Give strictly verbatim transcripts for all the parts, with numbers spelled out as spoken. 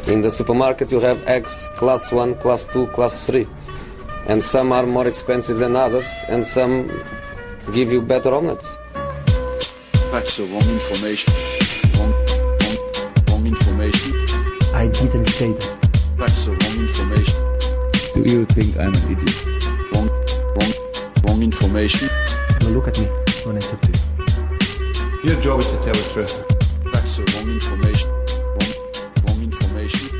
In the supermarket you have eggs class one, class two, class three. And some are more expensive than others, and some give you better omelets. That's the wrong information. Wrong, wrong, wrong information. I didn't say that. That's the wrong information. Do you think I'm an idiot? Wrong, wrong, wrong information. Now look at me when I talk to you. Your job is to tell the truth. That's the wrong information. Wrong, wrong information.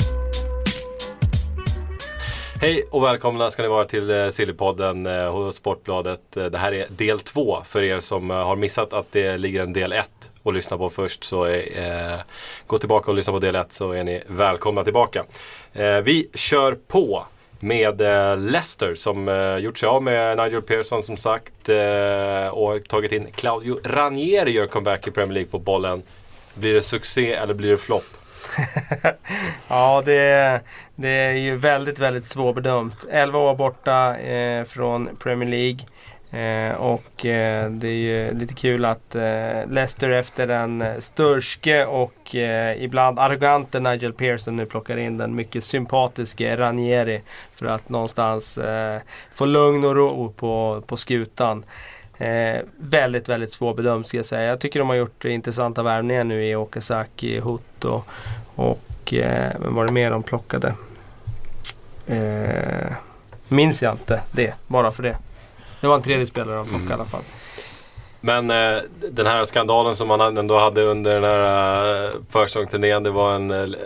Hej och välkomna ska ni vara till Sillypodden hos Sportbladet. Det här är del två för er som har missat att det ligger en del ett och lyssna på först. Så eh, gå tillbaka och lyssna på del ett så är ni välkomna tillbaka. Eh, vi kör på med eh, Leicester som eh, gjort sig av med Nigel Pearson som sagt eh, och tagit in Claudio Ranieri gör comeback i Premier League-fotbollen. Blir det succé eller blir det flopp? Ja, det är, det är ju väldigt, väldigt svårbedömt. elva år borta eh, från Premier League. Eh, och eh, det är ju lite kul att eh, Leicester efter den störske och eh, ibland arrogante Nigel Pearson nu plockar in den mycket sympatiske Ranieri för att någonstans eh, få lugn och ro på, på skutan. Eh, väldigt, väldigt svårbedömt ska jag säga. Jag tycker de har gjort intressanta värvningar nu i Okazaki, Hut och, och eh, men var det mer de plockade? Eh, minns jag inte det, bara för det. Det var en tredje spelare de plockade mm. i alla fall. Men eh, den här skandalen som man ändå hade under den här uh, försäsongsturnén, det var en... Uh,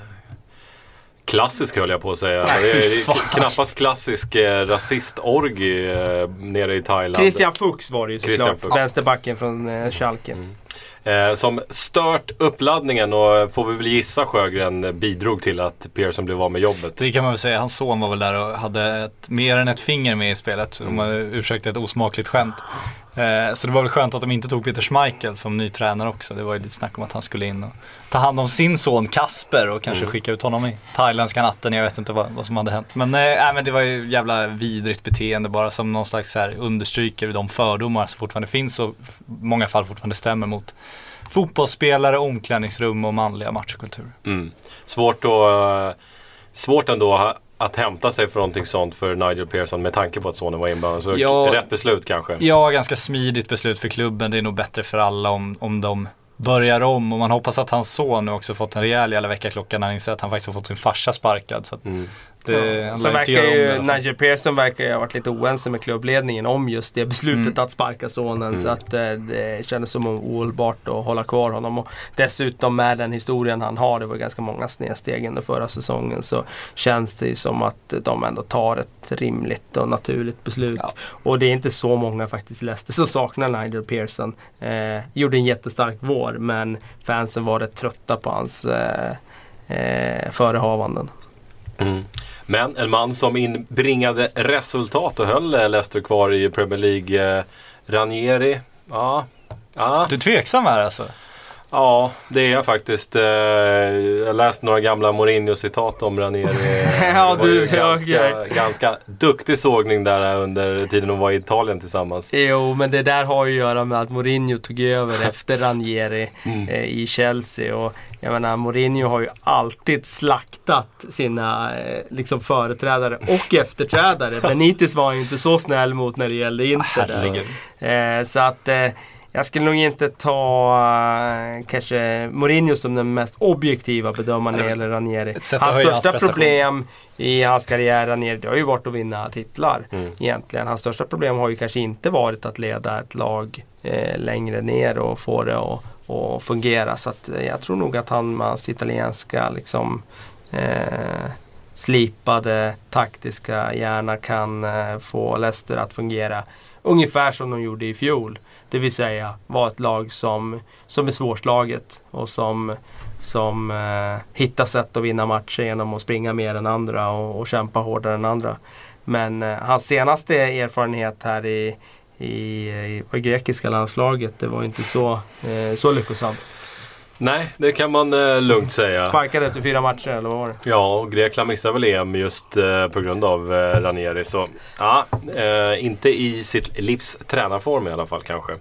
klassisk höll jag på att säga. Nej, det är knappast klassisk eh, rasistorgi eh, nere i Thailand. Christian Fuchs var det ju såklart. Vänsterbacken från eh, Schalke. Mm. Eh, som stört uppladdningen och får vi väl gissa Sjögren bidrog till att Pearson blev av med jobbet. Det kan man väl säga. Hans son var väl där och hade ett, mer än ett finger med i spelet. Mm. De har ursäktat ett osmakligt skämt. Eh, så det var väl skönt att de inte tog Peter Schmeichel som ny tränare också. Det var ju lite snack om att han skulle in och ta hand om sin son Kasper och kanske mm. skicka ut honom i thailändska natten. Jag vet inte vad, vad som hade hänt. Men, eh, men det var ju jävla vidrigt beteende bara som någon slags så här, understryker de fördomar som fortfarande finns och i många fall fortfarande stämmer mot fotbollsspelare, omklädningsrum och manliga matchkultur. Mm. Svårt, att, svårt ändå att hämta sig för någonting sånt för Nigel Pearson med tanke på att sonen var inblandad. Så ja, rätt beslut kanske. Ja, ganska smidigt beslut för klubben. Det är nog bättre för alla om, om de börjar om. Och man hoppas att hans son nu också fått en rejäl jävla veckaklocka när han inser att han faktiskt har fått sin farsa sparkad. Så att mm. det, ja. Så verkar ju Nigel Pearson verkar ju ha varit lite oense med klubbledningen om just det beslutet mm. att sparka sonen. Mm. Så att eh, det kändes som ohållbart att hålla kvar honom. Och dessutom med den historien han har, det var ganska många snedsteg under förra säsongen, så känns det ju som att de ändå tar ett rimligt och naturligt beslut. Ja. Och det är inte så många faktiskt läste som saknar Nigel Pearson. Eh, gjorde en jättestark vår, men fansen var rätt trötta på hans eh, eh, förehavanden. Mm. Men en man som inbringade resultat och höll Leicester kvar i Premier League, eh, Ranieri. Ja, ja. Du är tveksam här alltså? Ja, det är jag faktiskt. Eh, jag läste några gamla Mourinho-citat om Ranieri. Ja, du, ganska, okay. ganska duktig sågning där under tiden de var i Italien tillsammans. Jo, men det där har ju att göra med att Mourinho tog över efter Ranieri mm. eh, i Chelsea. Och jag menar, Mourinho har ju alltid slaktat sina eh, liksom företrädare och efterträdare. Benitez var ju inte så snäll mot när det gällde Inter. Eh, så att... Eh, Jag skulle nog inte ta uh, kanske Mourinho som den mest objektiva bedömaren när det gäller Ranieri. Hans största problem i hans karriär Ranieri, det har ju varit att vinna titlar mm. egentligen. Hans största problem har ju kanske inte varit att leda ett lag eh, längre ner och få det att och fungera. Så att, eh, jag tror nog att han med hans italienska liksom eh, slipade taktiska hjärna kan eh, få Leicester att fungera ungefär som de gjorde i fjol. Det vill säga var ett lag som, som är svårslaget och som, som eh, hittar sätt att vinna matcher genom att springa mer än andra och, och kämpa hårdare än andra. Men eh, hans senaste erfarenhet här i, i, i, i grekiska landslaget, det var inte så, eh, så lyckosamt. Nej, det kan man eh, lugnt säga. Sparkade efter fyra matcher, eller vad var det? Ja, och Grekland missade väl E M just eh, på grund av eh, Ranieri. Så ja, eh, inte i sitt livs tränarform i alla fall kanske.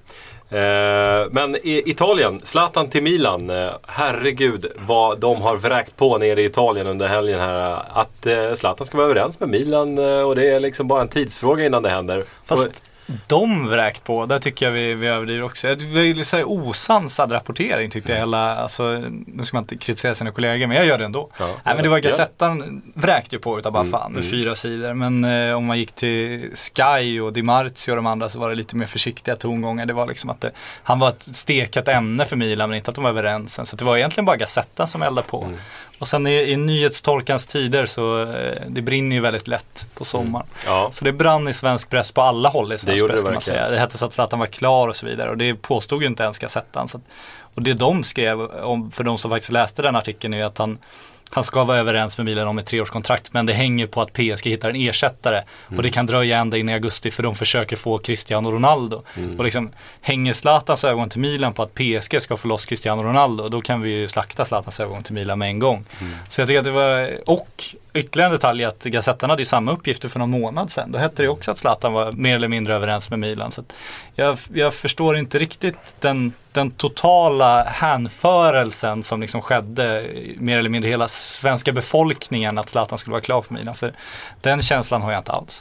Eh, men i Italien, Zlatan till Milan. Eh, herregud vad de har vräkt på nere i Italien under helgen här. Att eh, Zlatan ska vara överens med Milan eh, och det är liksom bara en tidsfråga innan det händer. Fast och, de vräkt på, där tycker jag vi, vi överdriver också. Det var så här osansad rapportering tyckte jag hela, alltså nu ska man inte kritisera sina kollegor men jag gör det ändå. Ja, Nej men det var Gazettan vräkte ju på utav bara fan med mm. fyra sidor. Men eh, om man gick till Sky och Di Marzio och de andra så var det lite mer försiktiga tongångar. Det var liksom att det, han var ett stekat ämne för Milan men inte att de var överens. Så det var egentligen bara Gazettan som eldade på. Mm. Och sen i, i nyhetstorkans tider så eh, det brinner ju väldigt lätt på sommaren. Mm. Ja. Så det brann i svensk press på alla håll i svensk press kan man säga. Det hette så att Zlatan var klar och så vidare. Och det påstod ju inte ens Gazettan. Så att, och det de skrev om, för de som faktiskt läste den artikeln är att han Han ska vara överens med Milan om ett treårskontrakt men det hänger på att P S G hittar en ersättare mm. och det kan dröja ända in i augusti för de försöker få Cristiano Ronaldo. Mm. Och liksom hänger Zlatans ögon till Milan på att P S G ska få loss Cristiano Ronaldo då kan vi ju slakta Zlatans ögon till Milan med en gång. Mm. Så jag tycker att det var, och ytterligare en detalj att Gazettan hade ju samma uppgifter för någon månad sedan. Då hette det också att Zlatan var mer eller mindre överens med Milan. Så att jag, jag förstår inte riktigt den, den totala hänförelsen som liksom skedde mer eller mindre hela svenska befolkningen att Zlatan skulle vara klar för Milan. För den känslan har jag inte alls.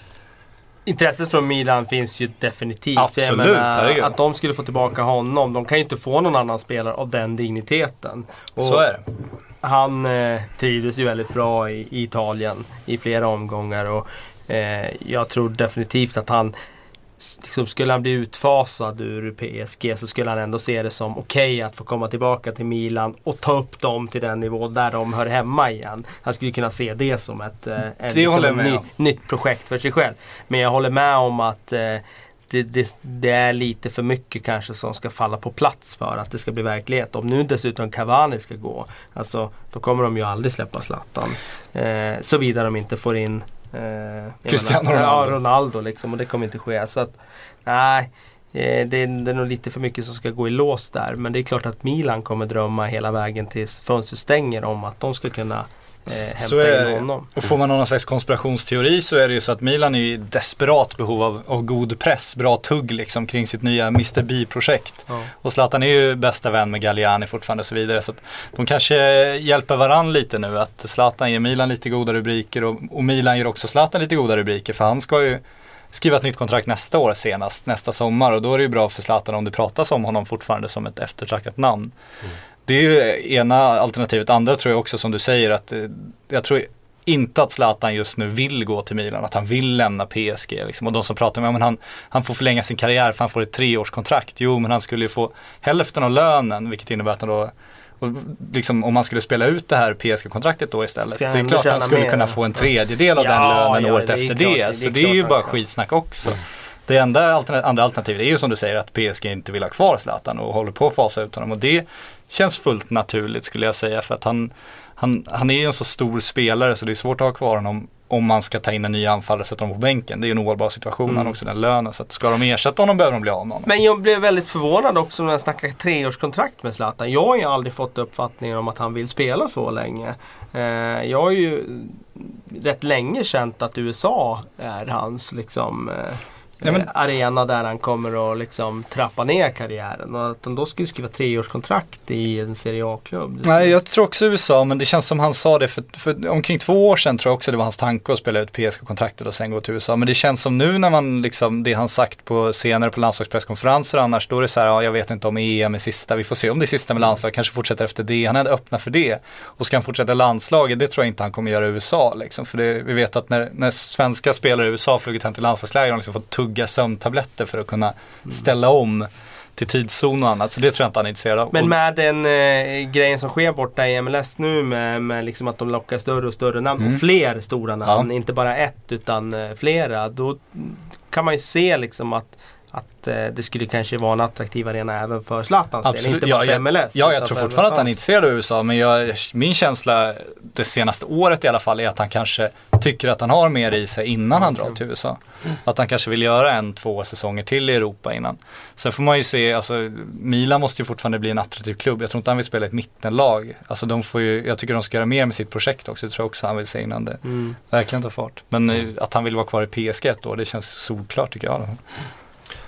Intresset från Milan finns ju definitivt. Absolut, menar, att de skulle få tillbaka honom. De kan ju inte få någon annan spelare av den digniteten. Och så är det. Han eh, trivdes ju väldigt bra i, i Italien i flera omgångar. Och eh, jag tror definitivt att han liksom, skulle han bli utfasad ur P S G så skulle han ändå se det som okej okay att få komma tillbaka till Milan och ta upp dem till den nivå där de hör hemma igen. Han skulle kunna se det som ett, ett liksom, ny, nytt projekt för sig själv. Men jag håller med om att eh, det, det, det är lite för mycket kanske som ska falla på plats för att det ska bli verklighet. Om nu dessutom Cavani ska gå, alltså, då kommer de ju aldrig släppa Zlatan. Eh, såvida de inte får in Eh, Cristiano menar, Ronaldo, ja, Ronaldo liksom, och det kommer inte ske så att nej eh, det, är, det är nog lite för mycket som ska gå i lås där men det är klart att Milan kommer drömma hela vägen tills fönstret stänger om att de ska kunna eh, hämta in honom. Och får man någon slags konspirationsteori så är det ju så att Milan är i desperat behov av, av god press, bra tugg liksom kring sitt nya mister B-projekt. Ja. Och Zlatan är ju bästa vän med Galliani fortfarande och så vidare så att de kanske hjälper varann lite nu att Zlatan ger Milan lite goda rubriker och, och Milan ger också Zlatan lite goda rubriker för han ska ju skriva ett nytt kontrakt nästa år senast, nästa sommar och då är det ju bra för Zlatan om det pratas om honom fortfarande som ett eftertraktat namn. Mm. Det är ju ena alternativet. Andra tror jag också som du säger att jag tror inte att Zlatan just nu vill gå till Milan, att han vill lämna P S G liksom. Och de som pratar om att han, han får förlänga sin karriär för han får ett treårskontrakt. Jo, men han skulle ju få hälften av lönen vilket innebär att han då och liksom, om man skulle spela ut det här P S G-kontraktet då istället. Det är klart att han skulle mer. kunna få en tredjedel av ja, den lönen ja, året det efter klart, det. det. Så det är, det är ju bara skitsnack också. Mm. Det enda alternativ, andra alternativet är ju som du säger att P S G inte vill ha kvar Zlatan och håller på att fasa ut honom. Och det känns fullt naturligt skulle jag säga för att han, han, han är ju en så stor spelare så det är svårt att ha kvar honom om man ska ta in en ny anfallare och sätta honom på bänken. Det är ju en ohållbar situation mm. också den lönen. Så att ska de ersätta honom behöver de bli av med honom. Men jag blev väldigt förvånad också när jag snackade treårskontrakt med Zlatan. Jag har ju aldrig fått uppfattningen om att han vill spela så länge. Eh, jag har ju rätt länge känt att U S A är hans liksom... Eh, Ja, men, arena där han kommer att liksom trappa ner karriären och att han då skulle skriva treårskontrakt i en Serie A-klubb. Nej, jag tror också U S A, men det känns som han sa det för, för omkring två år sedan tror jag också det var hans tanke att spela ut P S G-kontraktet och sen gå till U S A. Men det känns som nu när man liksom, det han sagt på senare på landslagspresskonferenser annars, då är det så här, ja, jag vet inte om E M är sista, vi får se om det är sista med landslag, kanske fortsätter efter det, han är öppna för det. Och ska han fortsätta landslaget, det tror jag inte han kommer göra i U S A liksom, för det, vi vet att när, när svenska spelare i U S A har flugit hem till landslagsläger har liksom fått tugga sömntabletter för att kunna ställa om till tidszon och annat. Så det tror jag inte han är intresserad av. Men med den eh, grejen som sker borta i M L S nu med, med liksom att de lockar större och större namn mm. och fler stora namn, ja. Inte bara ett utan eh, flera, då kan man ju se liksom att att eh, det skulle kanske vara en attraktiv arena även för Zlatans del, inte bara ja, för M L S. Ja, jag tror fortfarande att han är intresserad av U S A, men jag, min känsla det senaste året i alla fall är att han kanske tycker att han har mer i sig innan han drar till U S A. Att han kanske vill göra en, två säsonger till i Europa innan. Sen får man ju se, alltså Milan måste ju fortfarande bli en attraktiv klubb. Jag tror inte han vill spela ett mittenlag. Alltså de får ju, jag tycker de ska göra mer med sitt projekt också. Det tror jag också han vill se innan det mm. verkligen tar fart. Men mm. att han vill vara kvar i P S G då, det känns solklart tycker jag.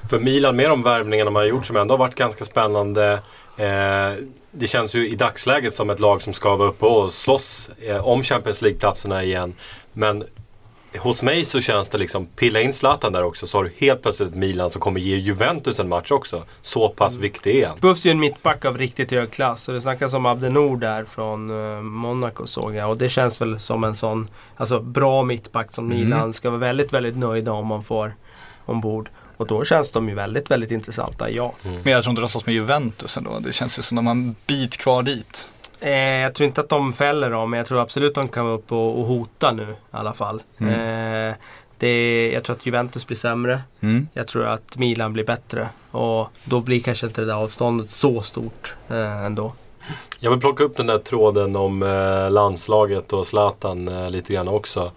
För Milan, med de värvningarna man har gjort som ändå har varit ganska spännande. Eh, det känns ju i dagsläget som ett lag som ska vara uppe och slåss eh, om Champions League-platserna igen. Men hos mig så känns det liksom, pilla in Zlatan där också, så har du helt plötsligt ett Milan som kommer ge Juventus en match också. Så pass mm. viktig är han. Behövs ju en mittback av riktigt hög klass. Och det snackas om Abdenor där från uh, Monaco, såg jag. Och det känns väl som en sån, alltså, bra mittback som mm. Milan ska vara väldigt, väldigt nöjda om man får ombord. Och då känns de ju väldigt, väldigt intressanta, ja. Mm. Men jag tror inte de slåss med Juventus ändå. Det känns ju som de har en bit kvar dit. Eh, jag tror inte att de fäller dem, men jag tror absolut att de kan vara uppe och, och hota nu i alla fall. Mm. Eh, det, jag tror att Juventus blir sämre. Mm. Jag tror att Milan blir bättre. Och då blir kanske inte det där avståndet så stort eh, ändå. Jag vill plocka upp den där tråden om eh, landslaget och Zlatan eh, lite grann också.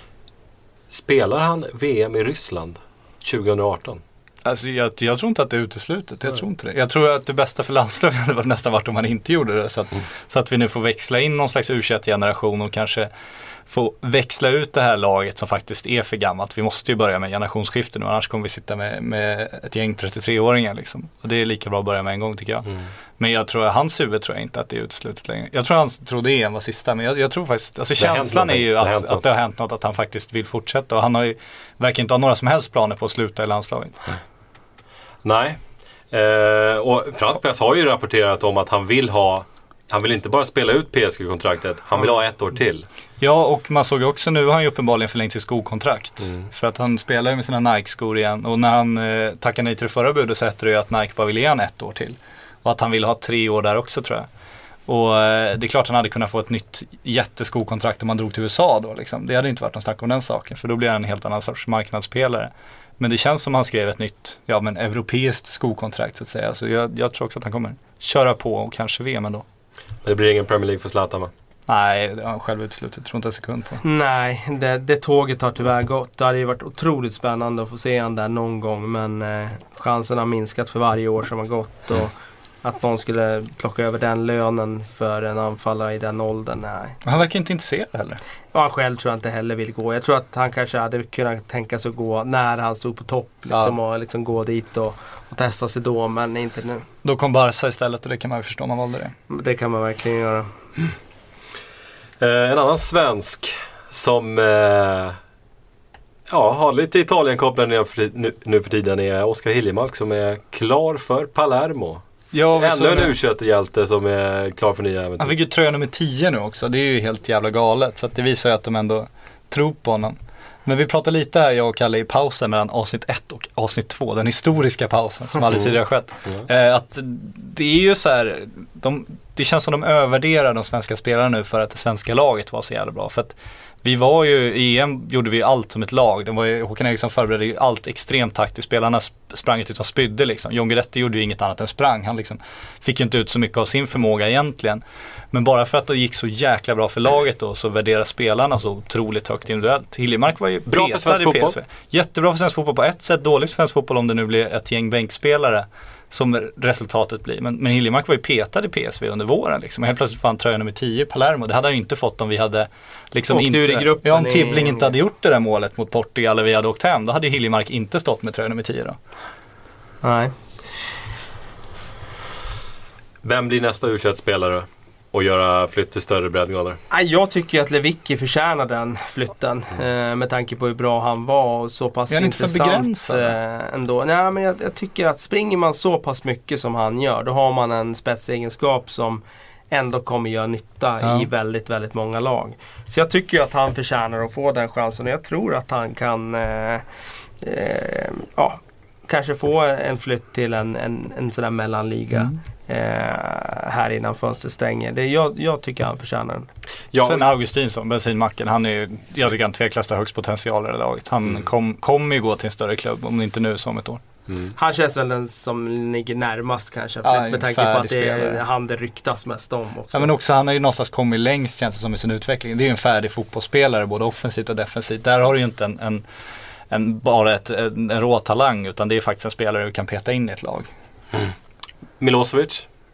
Spelar han V M i Ryssland tjugo arton? Alltså jag, jag tror inte att det är uteslutet. Jag tror inte det. Jag tror att det bästa för landslaget hade nästan varit om man inte gjorde det. Så att, mm. så att vi nu får växla in någon slags U tjugoett-generation och kanske få växla ut det här laget som faktiskt är för gammalt. Vi måste ju börja med generationsskifte nu, annars kommer vi sitta med, med ett gäng trettiotre-åringar liksom. Och det är lika bra att börja med en gång, tycker jag. Mm. Men jag tror, hans huvud tror jag inte att det är uteslutet längre. Jag tror han tror det var sista, men jag, jag tror faktiskt, alltså känslan är ju att, att det har hänt något, att han faktiskt vill fortsätta. Och han har ju, verkar inte ha några som helst planer på att sluta i landslaget. Mm. Nej, eh, och fransk press har ju rapporterat om att han vill ha, han vill inte bara spela ut P S G-kontraktet, han vill ha ett år till. Ja, och man såg också, nu har han ju uppenbarligen förlängt sitt skokontrakt. Mm. För att han spelar ju med sina Nike-skor igen. Och när han eh, tackade nej till det förra budet så hette det ju att Nike bara ville ge han ett år till. Och att han ville ha tre år där också, tror jag. Och eh, det är klart han hade kunnat få ett nytt jätteskokontrakt om han drog till U S A då liksom. Det hade inte varit någon snack om den saken, för då blir han en helt annan sorts marknadspelare. Men det känns som han skrev ett nytt, ja men europeiskt skokontrakt så att säga. Så jag, jag tror också att han kommer köra på och kanske V M ändå. Men det blir ingen Premier League för Zlatan, va? Nej, det har han själv utslutit. Tror inte en sekund på. Nej, det, det tåget har tyvärr gått. Det hade ju varit otroligt spännande att få se han där någon gång. Men eh, chansen har minskat för varje år som har gått. Och att någon skulle plocka över den lönen för en anfallare i den åldern, nej. Han verkar inte intresserad heller. Ja, han själv tror jag inte heller vill gå. Jag tror att han kanske hade kunnat tänka sig att gå när han stod på topp. Liksom, ja. Och liksom gå dit och, och testa sig då, men inte nu. Då kom Barca istället, och det kan man ju förstå om man valde det. Det kan man verkligen göra. Mm. Eh, en annan svensk som eh, ja, har lite Italien-kopplad nu, nu för tiden är Oskar Hiljemark, som är klar för Palermo. Ja, ännu en U tjugoett-hjälte som är klar för nya äventyr. Han fick ju tröja nummer tio nu också. Det är ju helt jävla galet. Så att det visar ju att de ändå tror på honom. Men vi pratade lite här, jag och Kalle, i pausen mellan avsnitt ett och avsnitt två. Den historiska pausen som aldrig tidigare skett. Mm. Eh, att det är ju så här, de, det känns som de övervärderar de svenska spelarna nu för att det svenska laget var så jävla bra. För att vi var ju, i E M gjorde vi allt som ett lag. Det var ju, Håkan Eriksson förberedde ju allt extremt taktiskt. Spelarna sprang tills de spydde liksom. John Guidetti gjorde ju inget annat än sprang. Han liksom fick ju inte ut så mycket av sin förmåga egentligen. Men bara för att det gick så jäkla bra för laget då, så värderar spelarna så otroligt högt individuellt. Hiljemark var ju bra för svensk i P S V. Jättebra för svensk fotboll på ett sätt, dåligt för svensk fotboll om det nu blir ett gäng bänkspelare som resultatet blir. Men, men Hiljemark var ju petad i P S V under våren liksom. Och helt plötsligt fann tröja nummer tio i Palermo. Det hade han ju inte fått om vi hade liksom åkt inte, ur i gruppen. Ja, om Tibbling inte hade gjort det där målet mot Portugal eller vi hade åkt hem, då hade Hiljemark inte stått med tröja nummer tio då. Nej. Vem blir nästa U tjugoett-spelare och göra flytt till större breddgrader? Jag tycker att Lewicki förtjänar den flytten mm. med tanke på hur bra han var och så pass är intressant inte för begränsad ändå. Nej, men jag, jag tycker att springer man så pass mycket som han gör, då har man en spetsegenskap som ändå kommer göra nytta ja. i väldigt, väldigt många lag. Så jag tycker att han förtjänar att få den chansen, och jag tror att han kan eh, eh, ja, kanske få en flytt till en, en, en sån där mellanliga. Mm. Eh, här innan fönstret stänger. Det, jag, jag tycker han förtjänar den. Ja. Sen Augustinsson, bensinmacken, han är ju, jag tycker han tveklöst har högst potential i det laget. Han mm. kommer kom ju gå till en större klubb, om inte nu som ett år. Mm. Han känns väl den som ligger närmast kanske, ja, med tanke på att det är han det ryktas mest om också. Ja, men också han har ju någonstans kommit längst, känns det som, i sin utveckling. Det är ju en färdig fotbollsspelare, både offensivt och defensivt. Där har du ju inte en, en, en bara ett, en, en råtalang, utan det är faktiskt en spelare du kan peta in i ett lag. Mm. Milosevic?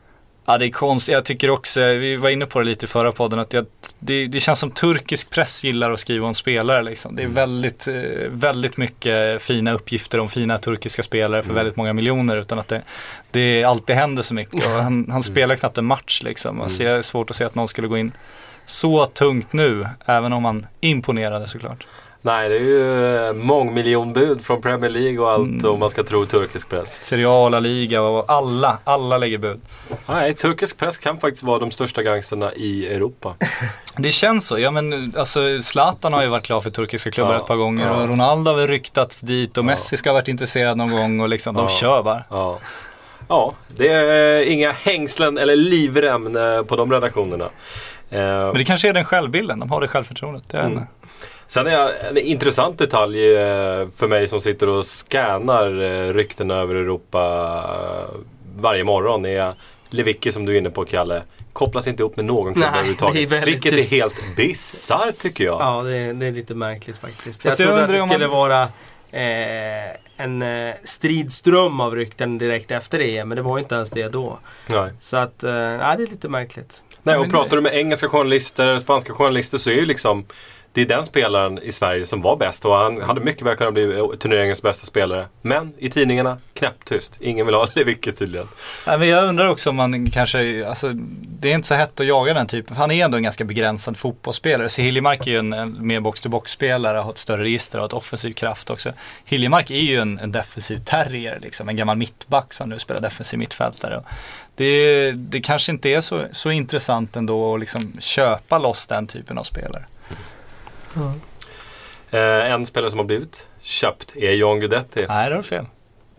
Ja, det är konstigt. Jag tycker också, vi var inne på det lite i förra podden, att jag, det, det känns som turkisk press gillar att skriva om spelare. Liksom. Det är väldigt, väldigt mycket fina uppgifter om fina turkiska spelare för mm. väldigt många miljoner, utan att det, det alltid händer så mycket. Och han, han spelar mm. knappt en match. Liksom. Alltså, det är svårt att se att någon skulle gå in så tungt nu, även om han imponerade såklart. Nej, det är ju mångmiljonbud från Premier League och allt mm. om man ska tro turkisk press. Serie A, La Liga och alla, alla lägger bud. Nej, turkisk press kan faktiskt vara de största gangsterna i Europa. Det känns så. Ja, men alltså Zlatan har ju varit klar för turkiska klubbar ja, ett par gånger. Ja. Och Ronaldo har ryktats dit och ja. Messi ska ha varit intresserad någon gång och liksom, ja. de kör bara. Ja. ja, det är inga hängslen eller livrem på de redaktionerna. Men det kanske är den självbilden, de har det självförtroendet. Det är mm. Sen är en intressant detalj för mig som sitter och scannar rykten över Europa varje morgon är Lewicki, som du är inne på, Kalle. Kopplas inte upp med någon klubb överhuvudtaget. Är vilket tyst. Är helt bizarr tycker jag. Ja, det är, det är lite märkligt faktiskt. Jag, jag trodde att det skulle man... vara eh, en eh, stridström av rykten direkt efter E M, men det var inte ens det då. Nej. Så att, eh, nej, det är lite märkligt. Nej, och pratar du med engelska journalister, spanska journalister, så är ju liksom det är den spelaren i Sverige som var bäst, och han hade mycket väl kunnat bli turneringens bästa spelare. Men i tidningarna, knappt tyst. Ingen vill ha Lewicki tydligen. Nej, men jag undrar också om man kanske, alltså, det är inte så hett att jaga den typen. Han är ändå en ganska begränsad fotbollsspelare. Så Hiljemark är ju en, en mer box-to-box-spelare, har ett större register och ett offensiv kraft också. Hiljemark är ju en, en defensiv terrier, liksom. En gammal mittback som nu spelar defensiv mittfältare. Det, det kanske inte är så, så intressant ändå att liksom köpa loss den typen av spelare. Mm. Eh, en spelare som har blivit köpt är John Guidetti. Nej, det är fel.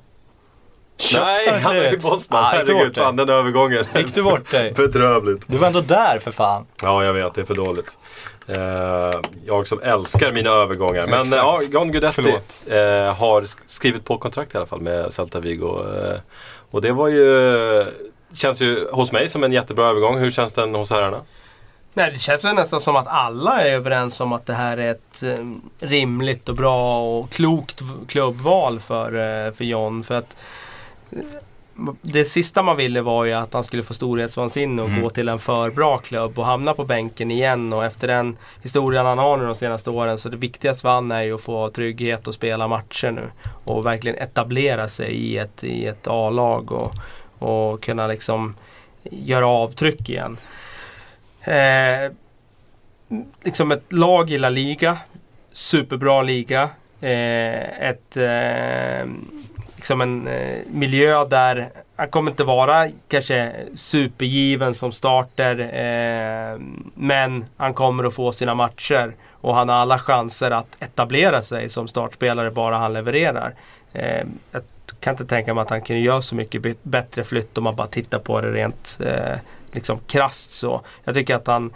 Köpt. Nej, han är ju Bosman. Ah, herregud, fan den övergången. Gick du bort dig? Bedrövligt. Du var ändå där för fan. Ja, jag vet, det är för dåligt. eh, Jag som älskar mina övergångar. Men eh, ja, John Guidetti eh, har skrivit på kontrakt i alla fall med Celta Vigo. eh, Och det var ju, känns ju hos mig som en jättebra övergång. Hur känns den hos herrarna? Nej, det känns ju nästan som att alla är överens om att det här är ett eh, rimligt och bra och klokt klubbval för, eh, för John. För att eh, det sista man ville var ju att han skulle få storhetsvansinne och mm. gå till en för bra klubb och hamna på bänken igen. Och efter den historien han har nu de senaste åren, så det viktigaste för han är ju att få trygghet och spela matcher nu. Och verkligen etablera sig i ett, i ett A-lag och, och kunna liksom göra avtryck igen. Eh, liksom ett lag i La Liga, superbra liga, eh, ett eh, liksom en eh, miljö där han kommer inte vara kanske supergiven som starter, eh, men han kommer att få sina matcher och han har alla chanser att etablera sig som startspelare bara han levererar. Eh, jag kan inte tänka mig att han kan göra så mycket bättre flytt om man bara tittar på det rent eh, liksom krasst så. Jag tycker att han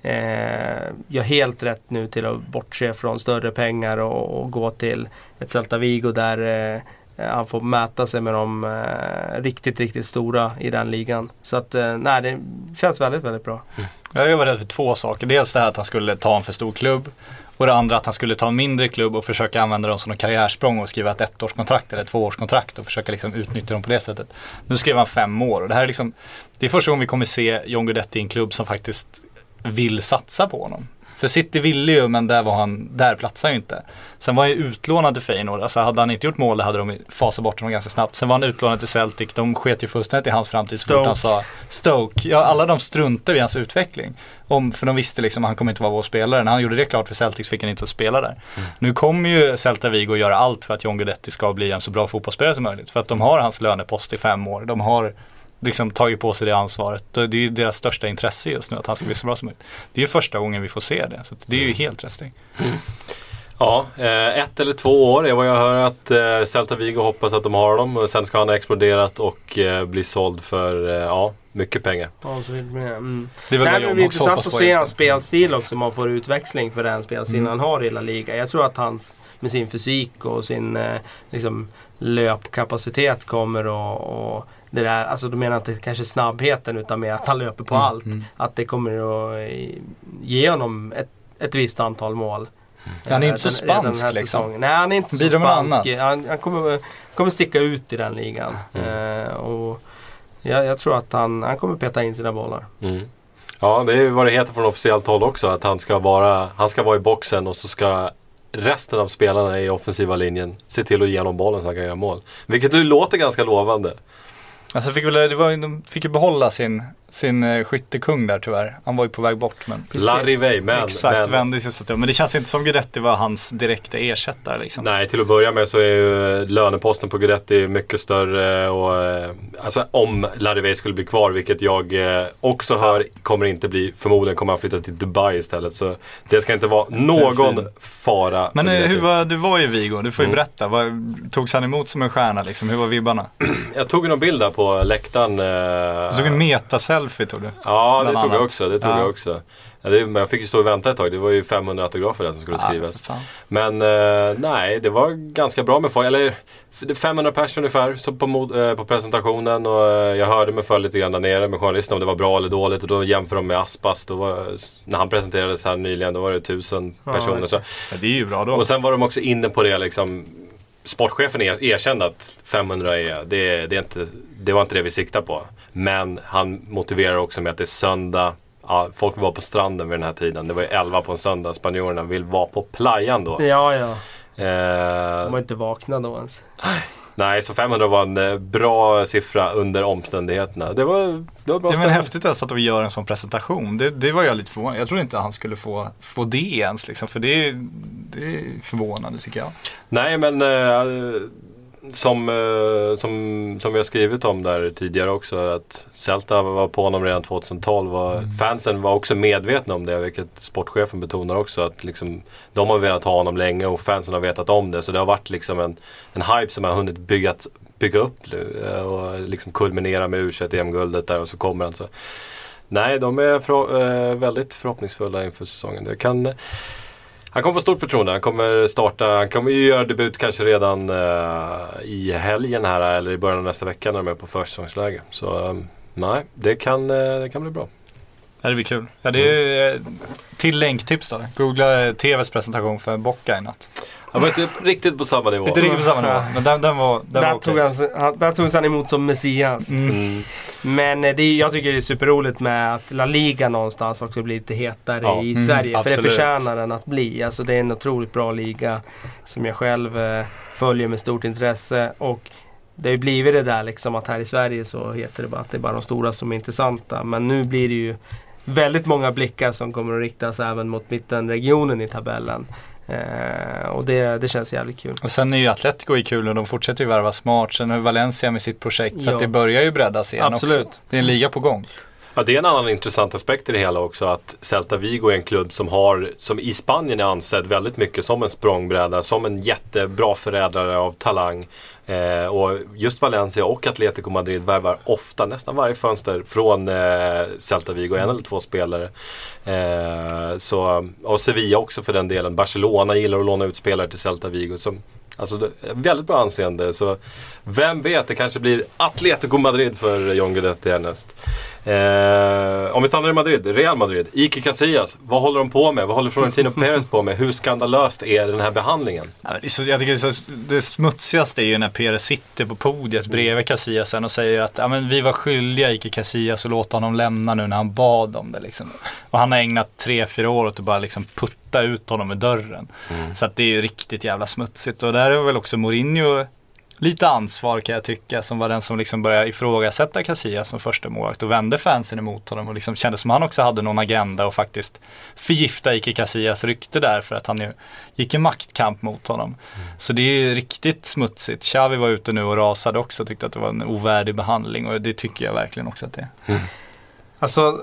eh, gör helt rätt nu till att bortse från större pengar och, och gå till ett Celta Vigo där eh, han får mäta sig med de eh, riktigt, riktigt stora i den ligan. Så att, eh, nej, det känns väldigt, väldigt bra. Mm. Jag var rädd för två saker. Dels det här att han skulle ta en för stor klubb. Och det andra att han skulle ta en mindre klubb och försöka använda dem som en karriärsprång och skriva ett ettårskontrakt eller ett tvåårskontrakt och försöka liksom utnyttja dem på det sättet. Nu skrev han fem år och det här är liksom, det är första gången vi kommer se John Guidetti i en klubb som faktiskt vill satsa på honom. För City ville ju, men där var han, där platsar ju inte. Sen var han ju utlånad till Feyenoord. Alltså hade han inte gjort mål, hade de fasat bort honom ganska snabbt. Sen var han utlånad till Celtic. De sket ju fullständigt i hans framtid så fort han sa Stoke. Ja, alla de struntade i hans utveckling. Om, för de visste liksom att han kommer inte vara vår spelare. När han gjorde det klart för Celtic fick han inte att spela där. Mm. Nu kommer ju Celta Vigo göra allt för att John Guidetti ska bli en så bra fotbollsspelare som möjligt. För att de har hans lönepost i fem år. De har liksom tagit på sig det ansvaret. Det är ju deras största intresse just nu att han ska bli så bra som möjligt. Det är ju första gången vi får se det. Så det är ju helt rättsligt. Mm. Ja, ett eller två år är vad jag hör att Celta Vigo hoppas att de har dem. Och sen ska han ha exploderat och bli såld för ja, mycket pengar. Ja, så vill det, mm. det är väl det blir intressant att se hans spelstil också. Man får utväxling för den spelstil mm. han har i La Liga. Jag tror att hans med sin fysik och sin liksom, löpkapacitet kommer att och det där, alltså de menar inte kanske snabbheten utan med att han löper på mm, allt. Mm. Att det kommer att ge honom ett, ett visst antal mål. Mm. Han är inte så spansk liksom. Säsongen. Nej, han är inte så spansk. Han, han kommer, kommer sticka ut i den ligan. Mm. Uh, och Jag, jag tror att han, han kommer peta in sina bollar. Mm. Ja, det är vad det heter från officiellt håll också. Att han ska vara, han ska vara i boxen och så ska resten av spelarna i offensiva linjen se till att ge honom bollen så han kan göra mål. Vilket ju låter ganska lovande. Alltså fick väl, det var, de fick ju behålla sin, sin uh, skyttekung där tyvärr. Han var ju på väg bort. Men Larry Way, men... Exakt, men, vände sig så. Men det känns inte som Guidetti var hans direkta ersättare liksom. Nej, till att börja med så är ju löneposten på Guidetti mycket större. Och, eh, alltså om Larry Way skulle bli kvar, vilket jag eh, också hör kommer inte bli, förmodligen kommer han flytta till Dubai istället. Så det ska inte vara någon fara. Men eh, hur var, du var ju i Vigo, du får ju mm. berätta. Vad, togs han emot som en stjärna liksom? Hur var vibbarna? Jag tog någon bild där på läktaren. Eh, du tog en meta-selfie tog du? Ja, det tog annat. jag också. Det tog ja. jag också. Ja, det, men jag fick ju stå och vänta ett tag. Det var ju femhundra autografer där som skulle ja, skrivas. Men eh, nej, det var ganska bra med folk. Eller femhundra personer ungefär så på, mod, eh, på presentationen. Och eh, jag hörde mig för lite grann där nere med journalisterna om det var bra eller dåligt. Och då jämför de med Aspas. Då var, när han presenterades här nyligen, då var det tusen ja, personer. Så. Ja, det är ju bra då. Och sen var de också inne på det liksom. Sportchefen er, erkände att femhundra är, det, det, är inte, det var inte det vi siktar på. Men han motiverar också med att det är söndag. Ja, folk var på stranden vid den här tiden. Det var ju elva på en söndag. Spanjorerna vill vara på playan då. Ja, ja. Eh, de var inte vakna då ens. Nej, så femhundra var en bra siffra under omständigheterna. Det var, det var bra. Det är häftigt alltså att vi gör en sån presentation. Det, det var jag lite förvånad. Jag trodde inte han skulle få, få det ens liksom. För det är, det är förvånande tycker jag. Nej, men eh, som, eh, som, som vi har skrivit om där tidigare också. Att Celta var på honom redan tjugohundratolv. Och mm. fansen var också medvetna om det. Vilket sportchefen betonar också. Att liksom, de har velat ha honom länge och fansen har vetat om det. Så det har varit liksom en, en hype som har hunnit byggat, bygga upp nu. Och liksom kulminera med U tjugoett E M-guldet där och så kommer han så. Nej, de är för, eh, väldigt förhoppningsfulla inför säsongen. Det kan... Han kommer få stort förtroende. Han kommer starta, han kommer ju göra debut kanske redan uh, i helgen här eller i början av nästa vecka när de är på försäsongsläge. Så um, nej, det kan, uh, det kan bli bra. Ja, det blir kul. Ja, det är mm. till länktips då. Googla T V:s presentation för Bocca i natt. Han var inte riktigt på samma nivå. Inte riktigt på samma nivå, men den, den var, den där, var tog han, där togs han emot som Messias. Mm. Mm. Men det, jag tycker det är superroligt med att La Liga någonstans också blir lite hetare ja. i mm, Sverige. Absolut. För det förtjänar den att bli. Alltså det är en otroligt bra liga som jag själv eh, följer med stort intresse. Och det har ju blivit det där liksom att här i Sverige så heter det bara att det är bara de stora som är intressanta. Men nu blir det ju väldigt många blickar som kommer att riktas även mot mittenregionen i tabellen. Uh, och det, det känns jävligt kul. Och sen är ju Atletico i kul och de fortsätter ju värva smart. Sen har Valencia med sitt projekt så ja. att det börjar ju breddas igen. Absolut. Också. Det är en liga på gång. Ja, det är en annan intressant aspekt i det hela också att Celta Vigo är en klubb som har, som i Spanien är ansedd väldigt mycket som en språngbräda, som en jättebra förädlare av talang. Eh, och just Valencia och Atletico Madrid värvar ofta, nästan varje fönster från eh, Celta Vigo, en eller två spelare. Eh, så, och Sevilla också för den delen. Barcelona gillar att låna ut spelare till Celta Vigo som, alltså väldigt bra anseende. Så vem vet, det kanske blir Atletico Madrid för John Guidetti härnäst. Eh, om vi stannar i Madrid, Real Madrid, Iker Casillas, vad håller de på med? Vad håller Florentino Perez på med? Hur skandalöst är den här behandlingen? Ja, det, är så, jag tycker det, är så, det smutsigaste är ju när Perez sitter på podiet bredvid Casillas och säger att ja, men vi var skyldiga Iker Casillas och låta honom lämna nu när han bad om det liksom. Och han har ägnat tre, fyra år åt att bara liksom putta ut honom i dörren. Mm. Så att det är ju riktigt jävla smutsigt. Och där är väl också Mourinho lite ansvar kan jag tycka, som var den som liksom började ifrågasätta Casillas som första målvakt och vände fansen emot honom och liksom kände som han också hade någon agenda och faktiskt förgifta Iker Casillas rykte där för att han ju gick i maktkamp mot honom. Mm. Så det är ju riktigt smutsigt. Xavi var ute nu och rasade också och tyckte att det var en ovärdig behandling och det tycker jag verkligen också att det är. Mm. Alltså,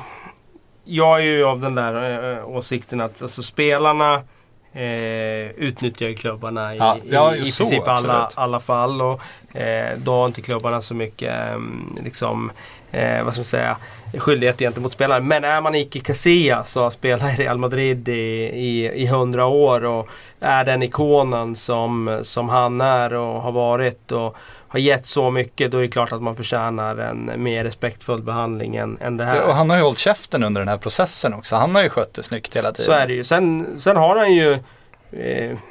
jag är ju av den där äh, åsikten att alltså, spelarna Eh, utnyttjar ju klubbarna i, ja, ja, i, i så, princip alla, alla fall och eh, då har inte klubbarna så mycket eh, liksom, eh, vad ska man säga, skyldighet gentemot spelare. Men är man Iker Casillas så har spelat i Real Madrid i, i, i hundra år och är den ikonen som, som han är och har varit och har gett så mycket, då är det klart att man förtjänar en mer respektfull behandling än, än det här. Ja, och han har ju hållit käften under den här processen också. Han har ju skött det snyggt hela tiden. Så är det ju. Sen, sen har han ju eh,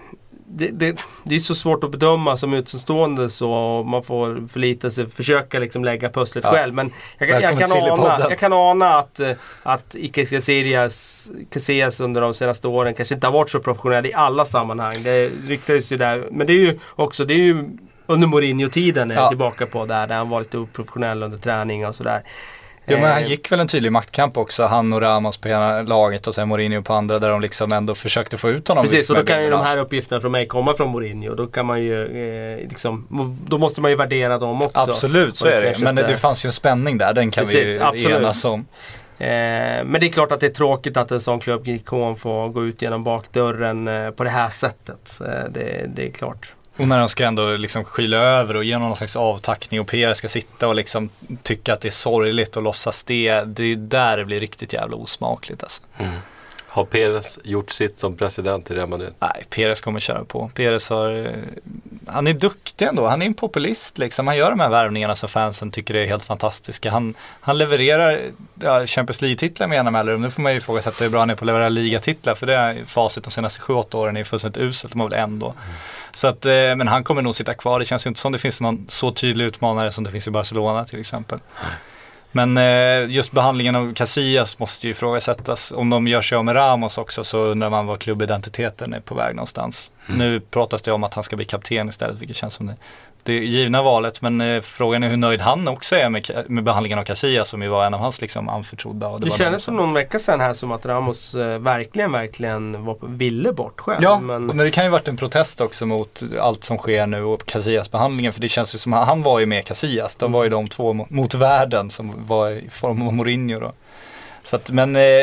det, det, det är så svårt att bedöma som utomstående, så man får förlita sig, försöka liksom lägga pusslet Ja. själv. Men jag, jag, jag, kan ana, jag kan ana att, att Iker Casillas, Casillas under de senaste åren kanske inte har varit så professionell i alla sammanhang. Det ryktades ju där, men det är ju också, det är ju under Mourinho-tiden är jag Ja. tillbaka på där, där han var lite oprofessionell under träning och sådär. Ja, men han gick väl en tydlig maktkamp också, han och Ramos på ena laget och sen Mourinho på andra, där de liksom ändå försökte få ut honom. Precis, och då kan ju bilderna. de här uppgifterna från mig komma från Mourinho. Då kan man ju eh, liksom, då måste man ju värdera dem också. Absolut, så Och det är det. kanske Men inte- det fanns ju en spänning där, den kan Precis, vi ju absolut. enas om. Eh, men det är klart att det är tråkigt att en sån klubbikon får gå ut genom bakdörren eh, på det här sättet. Eh, det, det är klart. Och när de ska ändå liksom skyla över och ge någon slags avtackning och P R ska sitta och liksom tycka att det är sorgligt och låtsas det, det är ju där det blir riktigt jävla osmakligt alltså. Mm. Har Perez gjort sitt som president i Real Madrid? Nej, Perez kommer köra på. Perez har, han är duktig ändå, han är en populist liksom. Han gör de här värvningarna som fansen tycker är helt fantastiska. Han, han levererar ja, Champions League-titlar med ena mellanrum. Nu får man ju ifrågasätta hur bra han är på att leverera ligatitlar, för det är facit de senaste sju åtta åren är fullständigt uselt, de har väl ändå. Mm. Så att, men han kommer nog sitta kvar. Det känns ju inte som det finns någon så tydlig utmanare som det finns i Barcelona till exempel. Mm. Men eh, just behandlingen av Casillas måste ju ifrågasättas. Om de gör sig av med Ramos också, så undrar man var klubbidentiteten är på väg någonstans. Mm. Nu pratas det om att han ska bli kapten istället, vilket känns som det, det givna valet. Men eh, frågan är hur nöjd han också är med, med behandlingen av Casillas, som ju var en av hans liksom, anförtrodda. Och det det var kändes som... för någon vecka sedan här som att Ramos eh, verkligen, verkligen var, ville bort själv. Ja, men... men det kan ju varit en protest också mot allt som sker nu och Casillas-behandlingen. För det känns ju som att han var ju med Casillas. De var ju de två mot, mot världen som var i form av Mourinho då. Så att, men eh,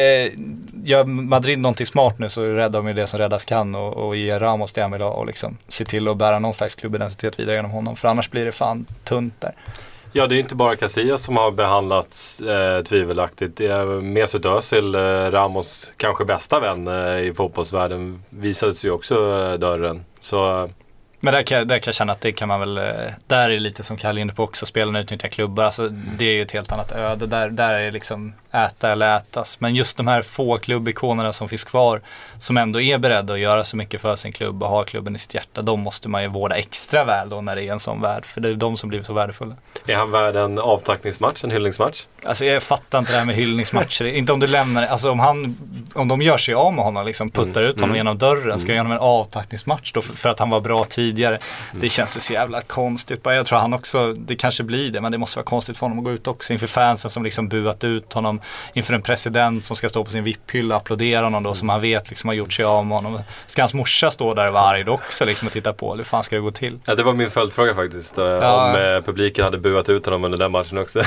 gör Madrid någonting smart nu, så räddar de ju det som räddas kan och, och ger Ramos det han vill ha och liksom se till att bära någon slags klubbidentitet vidare genom honom. För annars blir det fan tunt där. Ja, det är inte bara Casillas som har behandlats eh, tvivelaktigt. Det är Mesut Özil, eh, Ramos kanske bästa vän eh, i fotbollsvärlden, visades ju också eh, dörren. Så... Eh, Men där kan, där kan jag känna att det kan man väl, där är det lite som Kalle inne på också, spelarna utnyttjar klubbar, alltså det är ju ett helt annat öde, där, där är det liksom äta eller ätas. Men just de här få klubbikonerna som finns kvar, som ändå är beredda att göra så mycket för sin klubb och ha klubben i sitt hjärta, de måste man ju vårda extra väl då när det är en sån värld, för det är de som blir så värdefulla. Är han värd en avtackningsmatch, en hyllningsmatch? Alltså jag fattar inte det här med hyllningsmatcher, inte om du lämnar, alltså om han, om de gör sig av med honom, liksom puttar mm. ut honom mm. genom dörren, mm. ska jag göra en avtackningsmatch då för, för att han var bra tidigare. Mm. Det känns så jävla konstigt. Jag tror han också, det kanske blir det, men det måste vara konstigt för honom att gå ut också inför fansen som liksom buat ut honom, inför en president som ska stå på sin vipphylla och applådera honom då, som han vet liksom har gjort sig av med honom. Ska hans morsa stå där varje dag också liksom och titta på, eller hur fan ska det gå till? Ja, det var min följdfråga faktiskt, ja. Om eh, publiken hade buat ut honom under den matchen också.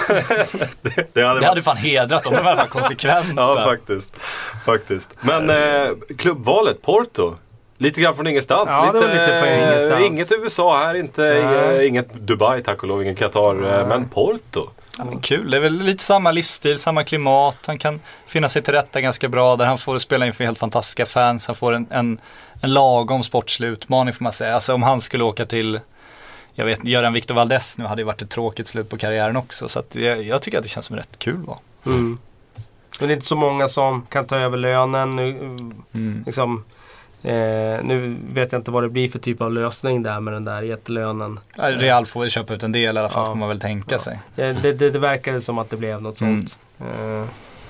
det, det, hade det hade fan hedrat dem, det var i alla fall konsekvent. Ja, faktiskt. faktiskt. Men eh, klubbvalet, Porto. Lite grann från ingenstans. Ja, lite, det var lite från ingenstans. Inget U S A här, inte, äh, inget Dubai tack och lov, ingen Qatar, äh. men Porto. Ja, men kul, det är väl lite samma livsstil, samma klimat. Han kan finna sig till rätta ganska bra där. Han får spela inför helt fantastiska fans. Han får en, en, en lagom sportslig utmaning får man säga. Alltså om han skulle åka till, jag vet, göra en Victor Valdés nu, hade det varit ett tråkigt slut på karriären också. Så att jag, jag tycker att det känns som rätt kul va. Mm. Men det är inte så många som kan ta över lönen nu. Mm. Liksom, eh, nu vet jag inte vad det blir för typ av lösning där med den där jättelönen. Real får väl köpa ut en del i alla fall, ja. får man väl tänka ja. sig. Ja, det, det, det verkade som att det blev något mm. sånt. Eh.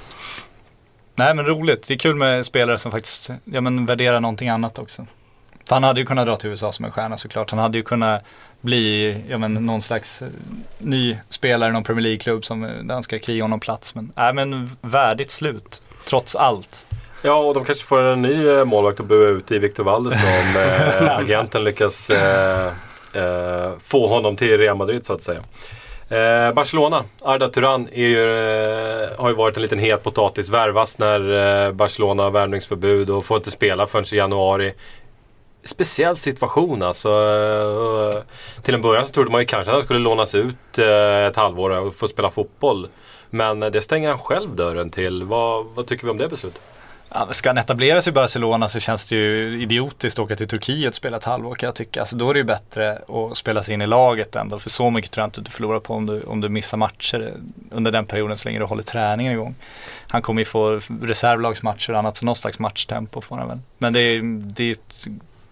Nej men roligt, det är kul med spelare som faktiskt ja, men värderar någonting annat också. För han hade ju kunnat dra till U S A som en stjärna såklart. Han hade ju kunnat bli ja, men, någon slags ny spelare i någon Premier League-klubb som där han ska kriga honom plats. Men, äh, men värdigt slut, trots allt. Ja, och de kanske får en ny målvakt att bua ut i Victor Valdés om eh, agenten lyckas eh, eh, få honom till Real Madrid så att säga. Eh, Barcelona, Arda Turan är ju, eh, har ju varit en liten het potatis, värvas när eh, Barcelona har värvningsförbud och får inte spela förrän i januari. Speciell situation alltså. Uh, till en början så trodde man ju kanske att han skulle lånas ut uh, ett halvår och få spela fotboll. Men uh, det stänger han själv dörren till. Vad, vad tycker vi om det beslutet? Ja, ska han etablera sig i Barcelona så känns det ju idiotiskt att åka till Turkiet och spela ett halvår kan jag tycka. Alltså, då är det ju bättre att spela sig in i laget ändå. För så mycket tror jag inte att du förlorar på om du, om du missar matcher under den perioden så länge du håller träningen igång. Han kommer ju få reservlagsmatcher och annat, så någon slags matchtempo får han väl. Men det är, det är ett,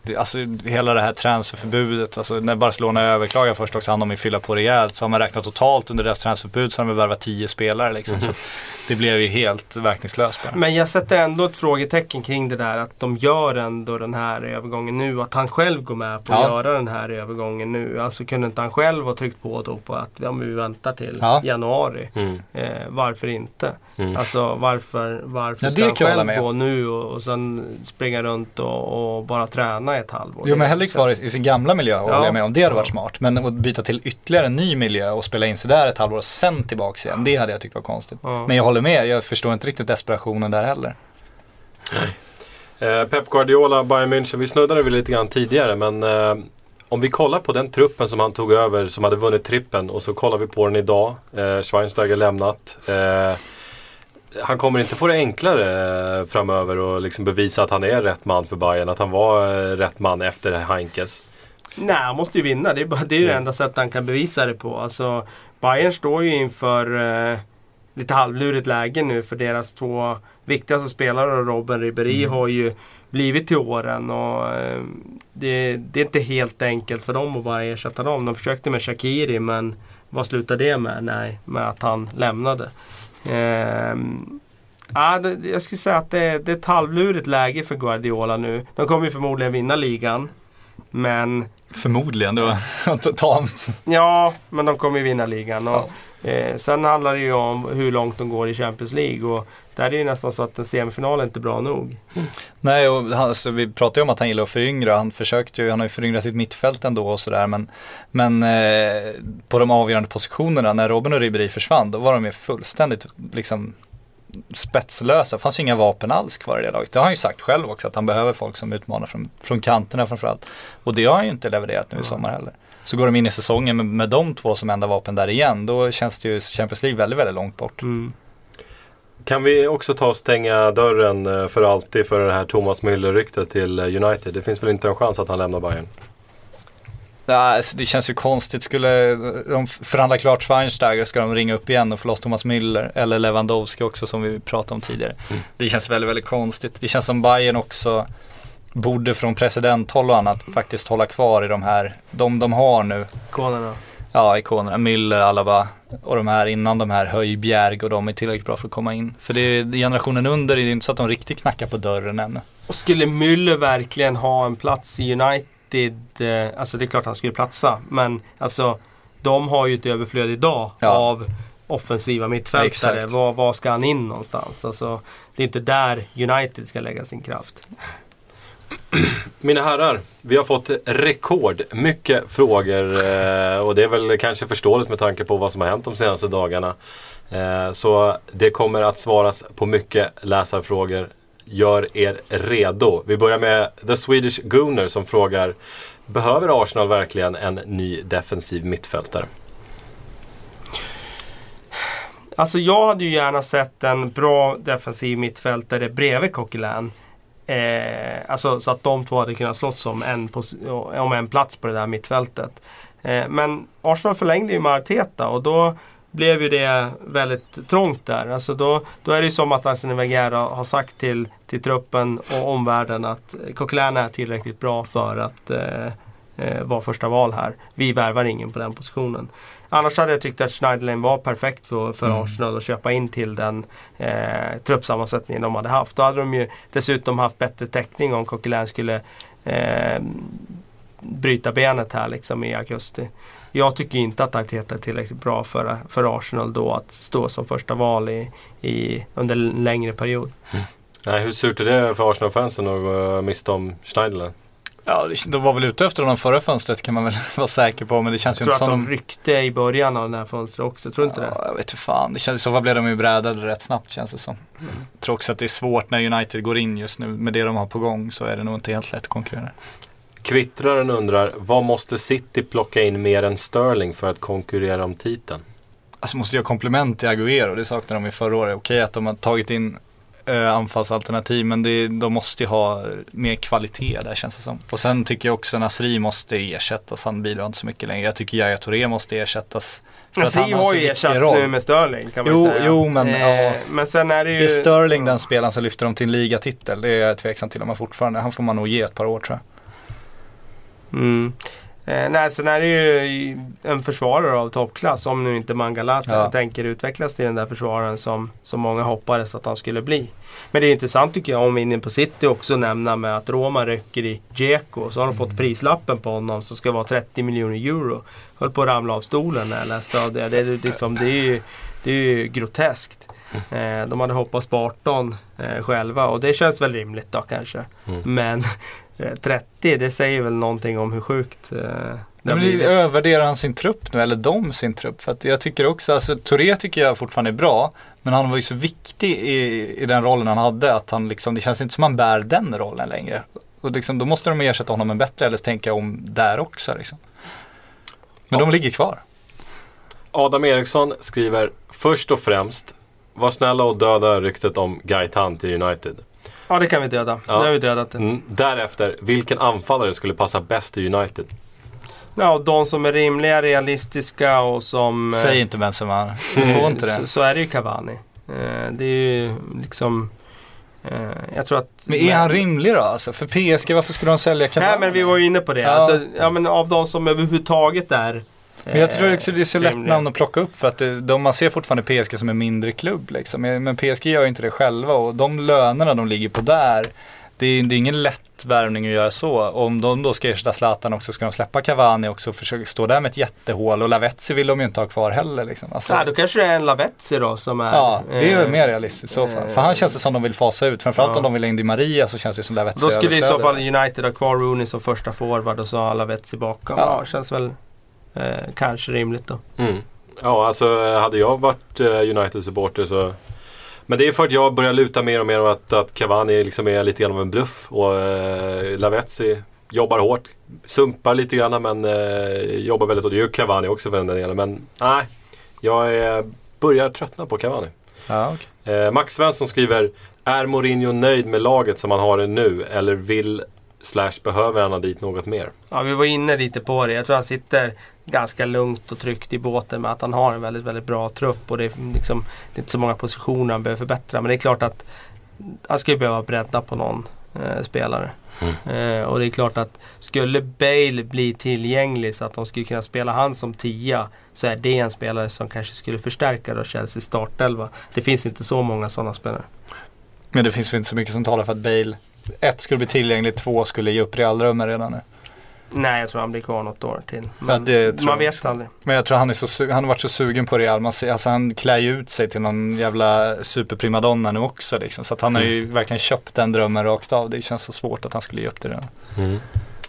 det, alltså, hela det här transferförbudet, alltså, när Barcelona överklagar först också, han de vill fylla på rejält, så har man räknat totalt under deras transferförbud så har de värvat tio spelare liksom, mm. så det blev ju helt verkningslöst bara. Men jag sätter ändå ett frågetecken kring det där att de gör ändå den här övergången nu, att han själv går med på att ja. göra den här övergången nu. Alltså kunde inte han själv ha tryckt på då på att ja, vi väntar till ja. januari. Mm. Eh, varför inte? Mm. Alltså varför, varför ja, ska han själv gå nu och, och sen springa runt och, och bara träna ett halvår? Jo, men hellre kvar i, i sin gamla miljö och ja. jag med om det hade varit smart. Men att byta till ytterligare en ny miljö och spela in sig där ett halvår och sen tillbaka igen, det hade jag tyckt var konstigt. Ja. Men jag håller med, jag förstår inte riktigt desperationen där heller. Nej. Eh, Pep Guardiola, Bayern München, vi snuddade väl lite grann tidigare, men eh, om vi kollar på den truppen som han tog över, som hade vunnit trippen, och så kollar vi på den idag. Eh, Schweinsteiger lämnat. Eh, han kommer inte få det enklare eh, framöver och liksom bevisa att han är rätt man för Bayern, att han var eh, rätt man efter Heinkes. Nej, han måste ju vinna. Det är, bara, det, är mm. det enda sättet han kan bevisa det på. Alltså, Bayern står ju inför eh, lite halvlurigt läge nu, för deras två viktigaste spelare, och Robben Ribéry mm. har ju blivit till åren, och eh, det, det är inte helt enkelt för dem att bara ersätta dem. De försökte med Shaqiri, men vad slutade det med? Nej, med att han lämnade. Eh, ja, det, jag skulle säga att det, det är ett halvlurigt läge för Guardiola nu. De kommer ju förmodligen vinna ligan, men förmodligen, det var totalt. Ja, men de kommer ju vinna ligan. Och, ja. eh, sen handlar det ju om hur långt de går i Champions League, och där är det ju nästan så att en semifinal är inte bra nog. Mm. Nej, och han, alltså, vi pratade ju om att han gillar att föryngra. Han försökte ju, han har ju föryngrat sitt mittfält ändå och sådär, men, men eh, på de avgörande positionerna, när Robben och Ribéry försvann, då var de ju fullständigt liksom spetslösa. Det fanns ju inga vapen alls kvar i det laget. Det har han ju sagt själv också, att han behöver folk som utmanar från, från kanterna framförallt. Och det har han ju inte levererat nu i sommar heller. Så går de in i säsongen med, med de två som enda vapen där igen, då känns det ju Champions League väldigt, väldigt långt bort. Mm. Kan vi också ta och stänga dörren för alltid för det här Thomas Müller-ryktet till United? Det finns väl inte en chans att han lämnar Bayern? Ja, det känns ju konstigt. Skulle de förhandla klart Schweinsteiger, ska de ringa upp igen och få loss Thomas Müller eller Lewandowski också, som vi pratade om tidigare. Mm. Det känns väldigt, väldigt konstigt. Det känns som Bayern också borde från presidenthåll och annat faktiskt hålla kvar i de här, de de har nu. Ikonerna. Ja, ikonerna. Müller, Alaba och de här innan, de här Höjbjerg, och de är tillräckligt bra för att komma in. För det är generationen under, det är inte så att de riktigt knackar på dörren ännu. Och skulle Müller verkligen ha en plats i United, alltså det är klart han skulle platsa, men alltså de har ju ett överflöd idag ja. av offensiva mittfältare. Ja, vad, vad ska han in någonstans? Alltså, det är inte där United ska lägga sin kraft. Mina herrar, vi har fått rekord mycket frågor, och det är väl kanske förståeligt med tanke på vad som har hänt de senaste dagarna. Så det kommer att svaras på mycket läsarfrågor. Gör er redo. Vi börjar med The Swedish Gooner som frågar: behöver Arsenal verkligen en ny defensiv mittfältare? Alltså jag hade ju gärna sett en bra defensiv mittfältare bredvid Coquelin. Eh, alltså så att de två hade kunnat slåss om en, om en plats på det där mittfältet. Eh, men Arsenal förlängde ju med Arteta, och då blev ju det väldigt trångt där. Alltså då, då är det ju som att Arsene Wenger har sagt till, till truppen och omvärlden att Coquelin är tillräckligt bra för att eh, eh, vara första val här. Vi värvar ingen på den positionen. Annars hade jag tyckt att Schneiderlin var perfekt för, för mm. Arsenal att köpa in till den eh, truppsammansättningen de hade haft. Då hade de ju dessutom haft bättre täckning om Coquelin skulle eh, bryta benet här liksom i augusti. Jag tycker inte att Arteta är tillräckligt bra för, för Arsenal då att stå som första val i, i, under en längre period. Mm. Nej, hur surt är det för Arsenal-fansen att uh, mista om Schneiderlin? Ja, de var väl ute efter de förra fönstret, kan man väl vara säker på, men det känns ju inte som de... Jag tror att de ryckte i början av den här fönstret också, tror du inte ja, det? Jag vet inte fan, det känns, så vad blev de ju brädade rätt snabbt, känns det som. Mm. Jag tror också att det är svårt när United går in just nu, med det de har på gång så är det nog inte helt lätt att konkurrera. Kvittraren undrar, vad måste City plocka in mer än Sterling för att konkurrera om titeln? Alltså måste jag komplement till Agüero, det saknade de i förra året. Okej att de har tagit in äh, anfallsalternativ, men det, de måste ju ha mer kvalitet där, känns det som. Och sen tycker jag också att Nasri måste ersättas, han bidrar inte så mycket längre. Jag tycker Yaya Touré måste ersättas. Nasri har ju ersatts nu med Sterling, kan man jo, säga. Jo, men, eh, ja, men sen är det ju... Det är Sterling den spelaren som lyfter dem till en ligatitel, det är jag tveksam till om man fortfarande, han får man nog ge ett par år tror jag. Mm. Eh, nej, sen är det ju en försvarare av toppklass, om nu inte Mangala Ja. tänker utvecklas till den där försvararen som, som många hoppades att han skulle bli. Men det är intressant tycker jag, om vi är inne på City också, nämna med att Roma rycker i Dzeko, så har de fått prislappen på honom som ska vara trettio miljoner euro. Höll på att ramla av stolen när jag läste av det. Det är, liksom, det är, ju, det är ju groteskt. Eh, de hade hoppats på arton eh, själva, och det känns väl rimligt då kanske. Mm. Men trettio, det säger väl någonting om hur sjukt eh, det har Men blivit. övervärderar han sin trupp nu, eller de sin trupp? För att jag tycker också, alltså Touré tycker jag fortfarande är bra, men han var ju så viktig i, i den rollen han hade, att han liksom, det känns inte som han bär den rollen längre. Och liksom, då måste de ersätta honom med bättre, eller tänka om där också liksom. Men Ja. de ligger kvar. Adam Eriksson skriver: först och främst, var snälla och döda ryktet om Gaetan till United. Ja, det kan vi döda. Ja. Det har vi dödat. Mm. Därefter, vilken anfallare skulle passa bäst i United? Ja, och de som är rimliga, realistiska och som... eh, Säg inte Benzema, du får inte så, det. så är det ju Cavani. Eh, det är ju liksom... Eh, jag tror att... Men är han rimlig då? Alltså, för P S G, varför skulle de sälja Cavani? Nej, men vi var ju inne på det. Ja. Alltså, ja, men av de som överhuvudtaget är... Men jag tror också det är så lätt rimliga. namn att plocka upp, för att det, de, man ser fortfarande P S G som en mindre klubb liksom. Men P S G gör ju inte det själva, och de lönerna de ligger på där, det är, det är ingen lätt värvning att göra så. Och om de då ska ersätta Zlatan också, ska de släppa Cavani också och försöka stå där med ett jättehål, och Lavezzi vill de ju inte ha kvar heller liksom. Alltså, Ja, då kanske det är en Lavezzi då som är... ja, det är väl eh, mer realistiskt i så fall. För han känns det som de vill fasa ut. Framförallt Ja. om de vill in Di Maria, så känns det som Lavezzi Då skulle i så överflödig. fall United ha kvar Rooney som första forward och så har Lavezzi bakom. Ja. Ja, känns väl eh, kanske rimligt då. Mm. Ja, alltså hade jag varit uh, United-supporter så... Men det är för att jag börjar luta mer och mer om att, att Cavani liksom är lite grann av en bluff. Och uh, Lavezzi jobbar hårt, sumpar lite grann, men uh, jobbar väldigt hårt. Det gör Cavani också för den delen. Men nej, jag är, börjar tröttna på Cavani. Ja, okay. Uh, Max Svensson skriver: är Mourinho nöjd med laget som han har det nu? Eller vill slash behöver han ha dit något mer? Ja, vi var inne lite på det. Jag tror han sitter ganska lugnt och tryggt i båten med att han har en väldigt, väldigt bra trupp. Och det är, liksom, det är inte så många positioner han behöver förbättra. Men det är klart att han skulle behöva bredda på någon eh, spelare. Mm. Eh, och det är klart att skulle Bale bli tillgänglig så att de skulle kunna spela han som tia, så är det en spelare som kanske skulle förstärka då Chelsea startelva. Det finns inte så många sådana spelare. Men det finns ju inte så mycket som talar för att Bale, ett, skulle bli tillgänglig, två, skulle ge upp Realrummet redan nu. Nej, jag tror han blir kvar något år till. Men Ja, det tror man jag vet också. aldrig. Men jag tror han är så su- han har varit så sugen på Real. Man ser, alltså han klär ju ut sig till någon jävla superprimadonna nu också liksom. Så att han har ju verkligen köpt den drömmen rakt av. Det känns så svårt att han skulle ge upp det redan. Mm.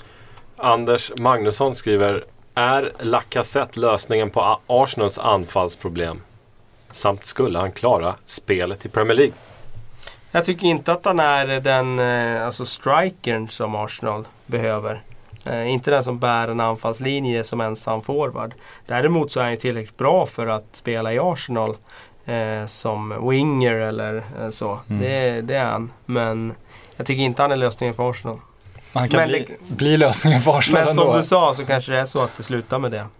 Anders Magnusson skriver: är Lacazette lösningen på A- Arsenals anfallsproblem? Samt skulle han klara spelet i Premier League? Jag tycker inte att han är den eh, alltså strikern som Arsenal behöver. Eh, inte den som bär en anfallslinje som ensam forward. Däremot så är han ju tillräckligt bra för att spela i Arsenal eh, som winger eller eh, så. Mm. Det, det är han. Men jag tycker inte han är lösningen för Arsenal. Han kan Men bli, det- bli lösningen för Arsenal Men som ändå. du sa så kanske det är så att det slutar med det.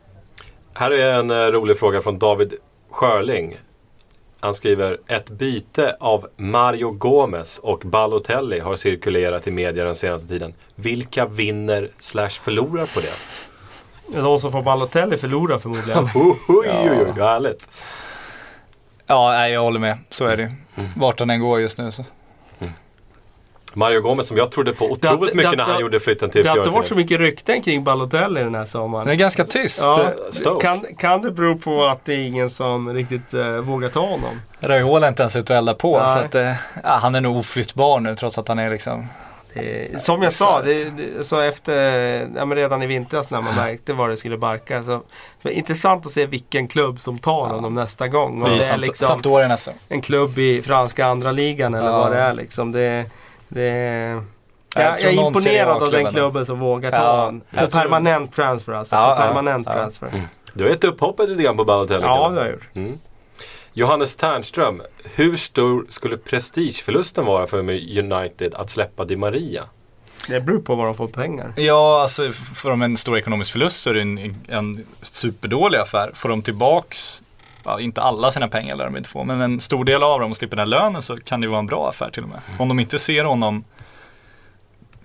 Här är en uh, rolig fråga från David Schörling. Han skriver: ett byte av Mario Gomez och Balotelli har cirkulerat i media den senaste tiden. Vilka vinner slash förlorar på det? De som får Balotelli förlorar förmodligen. Oj, oj, oj, oj, härligt. Ja, nej, jag håller med. Så är det. Vart han än går just nu så. Mario Gomez som jag trodde på Det har- otroligt det mycket har- när han gjorde flytten till Det har inte varit så Fiorentina. mycket rykten kring Balotelli den här sommaren. Det är ganska tyst. Ja, Stoke. kan, kan det bero på att det är ingen som riktigt uh, vågar ta honom? Raiola är inte ens ute och elda på. Nej. Så att, eh, ja, han är nog oflyttbar nu, trots att han är liksom... Det, som jag sa, det, det, så efter, ja, men redan i vintras när man märkte var det skulle barka. Så, det var intressant att se vilken klubb som tar honom nästa gång. Och Vi det är samt, liksom Sampdoria nästa. en klubb i franska andra ligan eller Ja. vad det är. Liksom. Det, det, Jag jag, tror jag är någon Serie imponerad av den A-klubben. klubben som vågar ta Ja, honom. jag På tror- permanent transfer alltså. Ja, på ja, permanent ja. transfer. Du har gett upp hoppet lite grann på Balotelli. Ja, kan det du? har jag gjort. Mm. Johannes Ternström: hur stor skulle prestigeförlusten vara för United att släppa Di Maria? Det beror på vad de får pengar. Ja, alltså får de en stor ekonomisk förlust så är det en, en superdålig affär. Får de tillbaks, ja, inte alla sina pengar eller de inte får, men en stor del av dem och slipper den här lönen, så kan det vara en bra affär till och med. Om de inte ser honom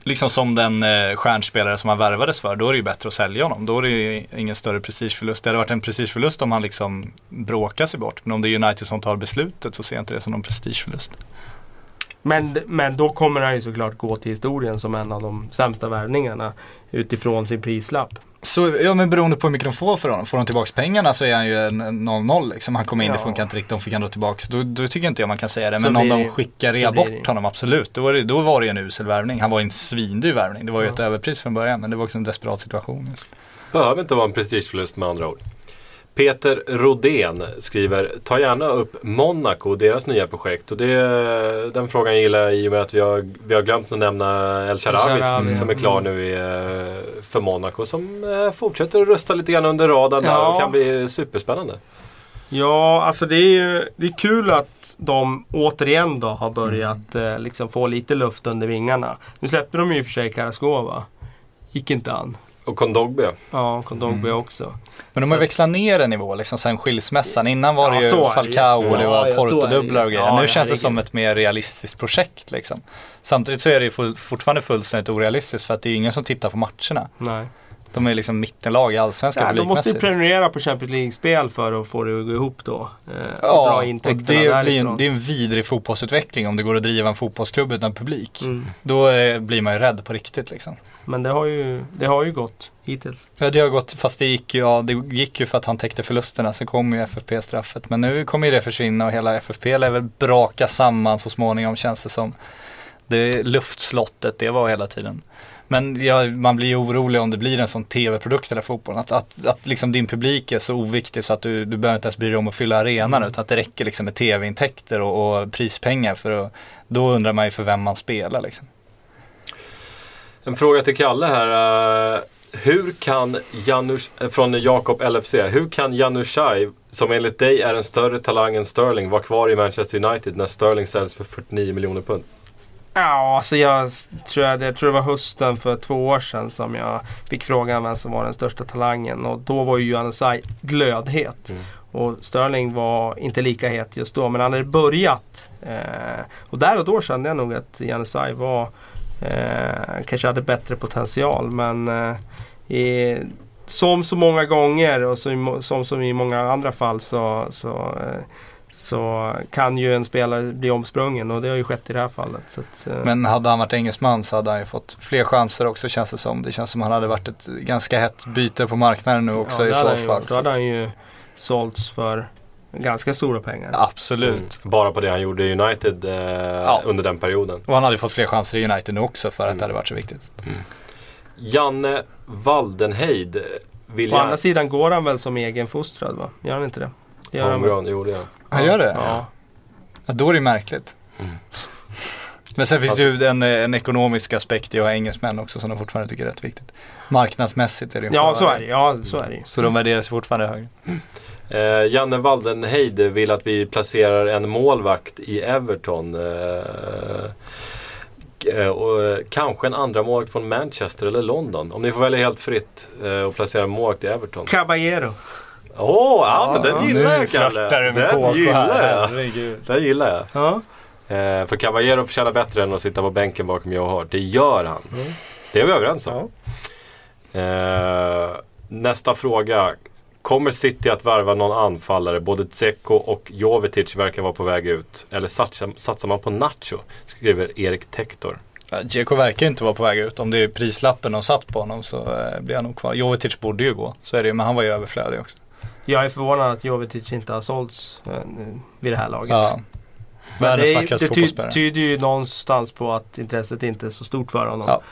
liksom som den eh, stjärnspelare som han värvades för, då är det ju bättre att sälja honom. Då är det ju ingen större prestigeförlust. Det hade varit en prestigeförlust om han liksom bråkar sig bort. Men om det är United som tar beslutet så ser jag inte det som någon prestigeförlust. Men, men då kommer han ju såklart gå till historien som en av de sämsta värvningarna utifrån sin prislapp. Så, ja, men beroende på hur mycket de får för honom. Får de tillbaka pengarna så är han ju en noll noll liksom. Han kommer in, Ja. det funkar inte riktigt, de fick han då tillbaka. Då, då tycker inte jag man kan säga det. Så Men om blir de det- skickar så rea blir bort det- honom, absolut. Då var, det, då var det ju en usel värvning. Han var ju en svindyr värvning. Det var ju Ja. ett överpris från början, men det var också en desperat situation. Just. Behöver inte vara en prestigeförlust med andra ord. Peter Rodén skriver, ta gärna upp Monaco, deras nya projekt. Och det, den frågan gillar jag i och med att vi har, vi har glömt att nämna El Shaarawy El Shaarawy, som är klar nu i, eh, för Monaco. Som eh, fortsätter att rösta lite grann under radarn där Ja. och kan bli superspännande. Ja, alltså det är ju det är kul att de återigen då har börjat eh, liksom få lite luft under vingarna. Nu släppte de ju i och för sig Karaskova. Gick inte an. Och Kondogbia. Ja, Kondogbia Mm. också. Men de har växlat ner en nivå liksom sen skilsmässan. Innan var det Ja, ju så är det. Falcao och det Ja, var ja, så är det. Porto-dubblar och grejer. Ja, Nu känns det herregud. som ett mer realistiskt projekt liksom. Samtidigt så är det ju full, fortfarande fullständigt orealistiskt för att det är ingen som tittar på matcherna. Nej. De är liksom mittenlag i allsvenskan Ja, de måste ju publikmässigt. prenumerera på Champions League-spel för att få det att gå ihop då. Eh, och Ja, dra och intäkterna det blir därifrån. en, det är en vidrig fotbollsutveckling om det går att driva en fotbollsklubb utan publik. Mm. Då eh, blir man ju rädd på riktigt liksom. Men det har, ju, det har ju gått hittills. Ja, det har gått, fast det gick ju, ja, det gick ju för att han täckte förlusterna, så kom ju F F P-straffet. Men nu kommer ju det försvinna och hela F F P lär väl braka samman så småningom, känns det som. Det luftslottet, det var hela tiden. Men ja, man blir ju orolig om det blir en sån tv-produkt eller fotboll. Att, att, att liksom din publik är så oviktig så att du, du behöver inte ens bry dig om att fylla arenan, utan att det räcker liksom med tv-intäkter och, och prispengar. För att, då undrar man ju för vem man spelar liksom. En fråga till Kalle här. Uh, hur kan Janus, från Jakob L F C, hur kan Januzaj, som enligt dig är en större talang än Sterling, vara kvar i Manchester United när Sterling säljs för fyrtionio miljoner pund? Ja, alltså jag tror, jag, jag tror det var hösten för två år sedan som jag fick frågan vem som var den största talangen. Och då var ju Januzaj glödhet. Mm. Och Sterling var inte lika het just då, men han hade börjat. Eh, och där och då kände jag nog att Januzaj var eh, kanske hade bättre potential. Men eh, i, som så många gånger och som, som, som i många andra fall så, så, eh, så kan ju en spelare bli omsprungen, och det har ju skett i det här fallet. Så att, eh, Men hade han varit engelsman så hade han ju fått fler chanser också, känns det som. Det känns som han hade varit ett ganska hett byte på marknaden nu också, ja, i det så hade han ju fall. gjort. Då hade han ju sålts för ganska stora pengar. Absolut. Mm. Bara på det han gjorde i United eh, Ja. under den perioden. Och han hade fått fler chanser i United nu också för att Mm. det hade varit så viktigt. Janne Waldenheid vill På jag... andra sidan går han väl som egenfostrad, va? Gör han inte det? Det gör han väl? Homegrown, gjorde jag. Han gör det? Ja. Ja, då är det märkligt. Mm. Men sen finns Alltså- det ju en, en ekonomisk aspekt i att ha engelsmän också som de fortfarande tycker är rätt viktigt. Marknadsmässigt är det ju Ja, fan- så är det. Ja, så är det ju. Så de värderas fortfarande högre. Eh, Janne Waldenheid vill att vi placerar en målvakt i Everton. Eh, eh, och eh, kanske en andra målvakt från Manchester eller London. Om ni får välja helt fritt eh, och placera en målvakt i Everton. Caballero. Åh, oh, ja, Ja, men den ja. gillar jag, Kalle. Den gillar jag. Herregud. Den gillar jag. Ja. Eh, för Caballero förtjänar bättre än att sitta på bänken bakom Joe Hart. Det gör han. Mm. Det är vi överens om. Eh, nästa fråga. Kommer City att värva någon anfallare? Både Dzeko och Jovetic verkar vara på väg ut. Eller satsar, satsar man på Nacho? Skriver Erik Tektor. Ja, Dzeko verkar inte vara på väg ut. Om det är prislappen de satt på honom så eh, blir han nog kvar. Jovetic borde ju gå, så är det ju, men han var ju överflödig också. Jag är förvånad att Jovetic inte har sålts eh, vid det här laget. Ja. Men Världens det, är- vackraste det ty, fotbollsspelare. tyder ju någonstans på att intresset inte är så stort för honom. Ja.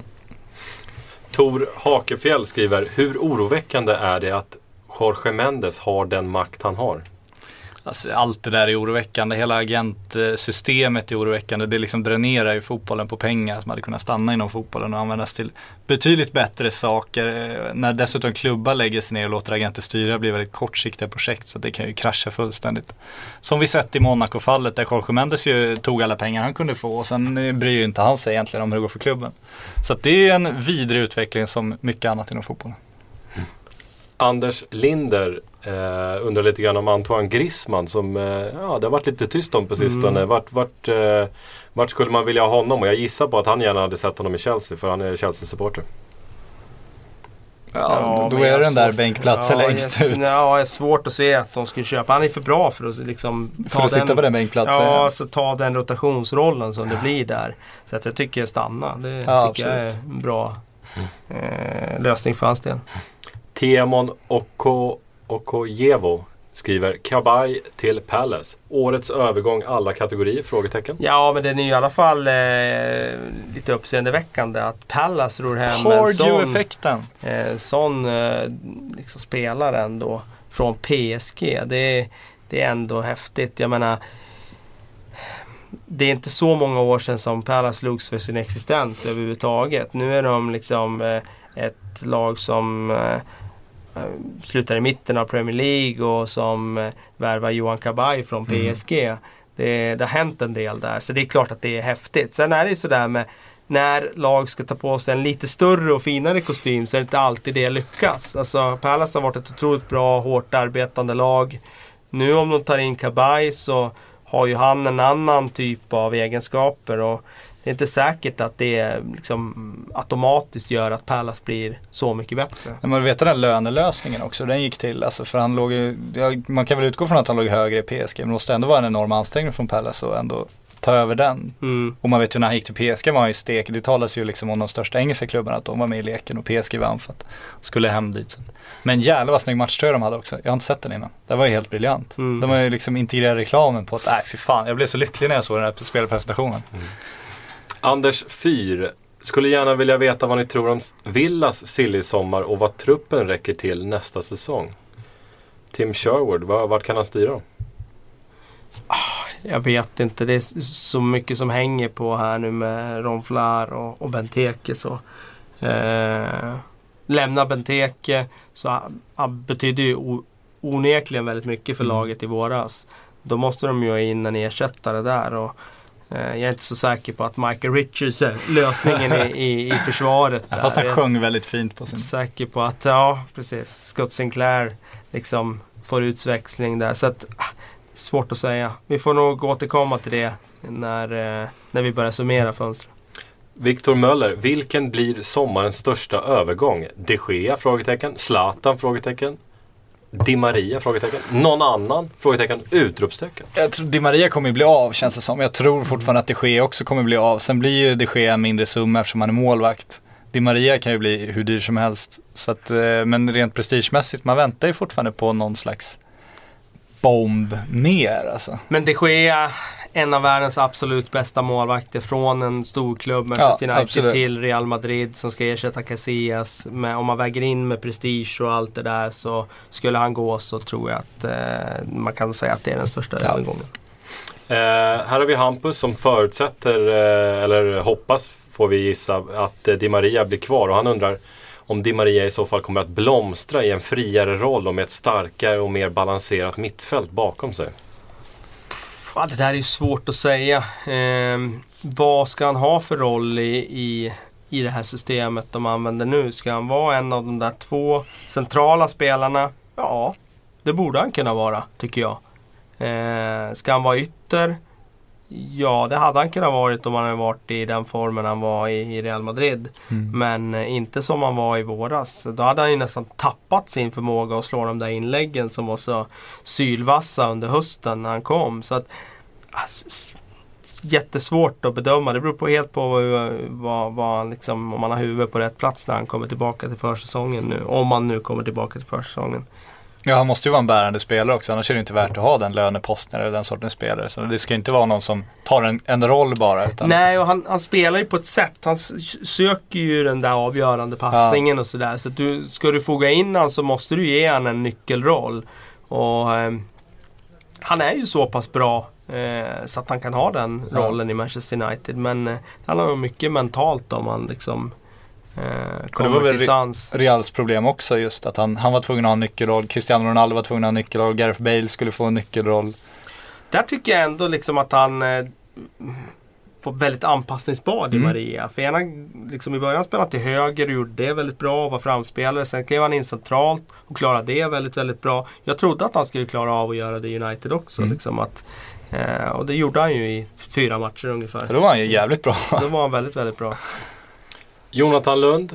Tor Hakefjäll skriver. Hur oroväckande är det att Jorge Mendes har den makt han har? Alltså, allt det där är oroväckande. Hela agentsystemet är oroväckande. Det liksom dränerar ju fotbollen på pengar som hade kunnat stanna inom fotbollen och användas till betydligt bättre saker. När dessutom klubbar lägger sig ner och låter agenter styra blir väldigt kortsiktiga projekt, så det kan ju krascha fullständigt. Som vi sett i Monaco-fallet där Jorge Mendes ju tog alla pengar han kunde få och sen bryr ju inte han sig egentligen om hur det går för klubben. Så att det är en vidrig utveckling som mycket annat inom fotbollen. Anders Linder eh, undrar lite grann om Antoine Griezmann som eh, ja, det har varit lite tyst om på sistone. Mm. Vart, vart, eh, vart skulle man vilja ha honom? Och jag gissar på att han gärna hade sett honom i Chelsea, för han är Chelsea-supporter. Ja, ja, då är det den där bänkplatsen ja, längst jag, ut. Ja, det är svårt att se att de skulle köpa. Han är för bra för att liksom ta för att den, sitta på den bänkplatsen. Ja, Ja, så ta den rotationsrollen som det blir där. Så att jag tycker stanna. Det ja, tycker jag är en bra eh, lösning för hans del. Tiemon Oko, Okojevo skriver Kabay till Palace. Årets övergång alla kategorier? Frågetecken. Ja, men den är ju i alla fall eh, lite uppseendeväckande att Palace ror hem en sån, effekten. eh, sån eh, liksom spelare ändå från P S G. Det, det är ändå häftigt. Jag menar, det är inte så många år sedan som Palace slogs för sin existens överhuvudtaget. Nu är de liksom eh, ett lag som eh, slutar i mitten av Premier League och som eh, värvar Johan Kabay från P S G. Mm. Det, det har hänt en del där, så det är klart att det är häftigt. Sen är det ju sådär med när lag ska ta på sig en lite större och finare kostym, så är det inte alltid det lyckas. Alltså Palace har varit ett otroligt bra, hårt arbetande lag. Nu om de tar in Kabay så har ju han en annan typ av egenskaper, och det är inte säkert att det liksom automatiskt gör att Palace blir så mycket bättre. Men man vet den lönelösningen också, den gick till. Alltså för han låg ju, man kan väl utgå från att han låg högre i P S G, men det måste ändå vara en enorm ansträngning från Palace och ändå ta över den. Mm. Och man vet ju när han gick till P S G var han ju stek. Det talas ju liksom om de största engelska klubbarna att de var med i leken och P S G vann för att skulle hem dit. Men jävlar vad snygg matchtröja de hade också. Jag har inte sett den innan. Det var ju helt briljant. Mm. De har ju liksom integrerat reklamen på att, nej fy fan, jag blev så lycklig när jag såg den här spelpresentationen. Mm. Anders Fyr skulle gärna vilja veta vad ni tror om Villas silly sommar och vad truppen räcker till nästa säsong. Tim Sherwood, vart kan han styra dem? Jag vet inte, det är så mycket som hänger på här nu med Ronflar och, och Benteke. Så. Eh, lämna Benteke så han, han betyder ju o, onekligen väldigt mycket för mm. laget i våras. Då måste de ju ha in en ersättare där, och eh, jag är inte så säker på att Michael Richards är lösningen i, i, i försvaret. Ja, fast han sjöng väldigt fint på sin... Jag är säker på att, ja precis, Scott Sinclair liksom får utväxling där, så att svårt att säga. Vi får nog återkomma till det när, eh, när vi börjar summera fönstret. Viktor Möller, vilken blir sommarens största övergång? De Gea? Frågetecken. Zlatan? Frågetecken. Di Maria? Frågetecken. Någon annan? Frågetecken. Utropstecken. Jag tror Di Maria kommer bli av, känns det som. Jag tror fortfarande att De Gea också kommer bli av. Sen blir ju De Gea en mindre summa eftersom han är målvakt. Di Maria kan ju bli hur dyr som helst. Så att, eh, men rent prestigemässigt, man väntar ju fortfarande på någon slags bomb mer alltså. Men De Gea, en av världens absolut bästa målvakter, från en stor klubb Manchester ja, United absolut. Till Real Madrid som ska ersätta Casillas. Men om man väger in med prestige och allt det där, så skulle han gå, så tror jag att eh, man kan säga att det är den största ja. övergången. Eh, här har vi Hampus som förutsätter eh, eller hoppas, får vi gissa, att eh, Di Maria blir kvar, och han undrar om Di Maria i så fall kommer att blomstra i en friare roll och med ett starkare och mer balanserat mittfält bakom sig. Ja, det där är ju svårt att säga. Eh, vad ska han ha för roll i, i, i det här systemet de använder nu? Ska han vara en av de där två centrala spelarna? Ja, det borde han kunna vara, tycker jag. Eh, ska han vara ytter? Ja, det hade han kunnat varit om han hade varit i den formen han var i, i Real Madrid. Mm. Men eh, inte som han var i våras. Då hade han ju nästan tappat sin förmåga att slå de där inläggen som var så sylvassa under hösten när han kom. Så att, alltså, jättesvårt att bedöma. Det beror på helt på vad, vad, vad liksom, om man har huvudet på rätt plats när han kommer tillbaka till försäsongen nu. Om man nu kommer tillbaka till försäsongen. Ja, han måste ju vara en bärande spelare också, annars är det inte värt att ha den löneposten eller den sortens spelare. Så det ska inte vara någon som tar en, en roll bara. Utan... Nej, och han, han spelar ju på ett sätt. Han söker ju den där avgörande passningen ja. Och sådär. Så att du, ska du foga in han, så måste du ge han en nyckelroll. Och eh, han är ju så pass bra eh, så att han kan ha den rollen ja. I Manchester United. Men eh, det handlar nog mycket mentalt om man liksom... Det var väl Re- Reals problem också, just att han, han var tvungen att ha en nyckelroll. Cristiano Ronaldo var tvungen att ha en nyckelroll. Gareth Bale skulle få en nyckelroll. Där tycker jag ändå liksom att han eh, fått väldigt anpassningsbar Di Mm. Maria. För ena, liksom i början spelade han till höger och gjorde det väldigt bra och var framspelare. Sen klev han in centralt och klarade det väldigt, väldigt bra. Jag trodde att han skulle klara av att göra det i United också. Mm. Liksom att, eh, och det gjorde han ju i fyra matcher ungefär. Då var han ju jävligt bra. Då var han väldigt, väldigt bra. Jonathan Lund,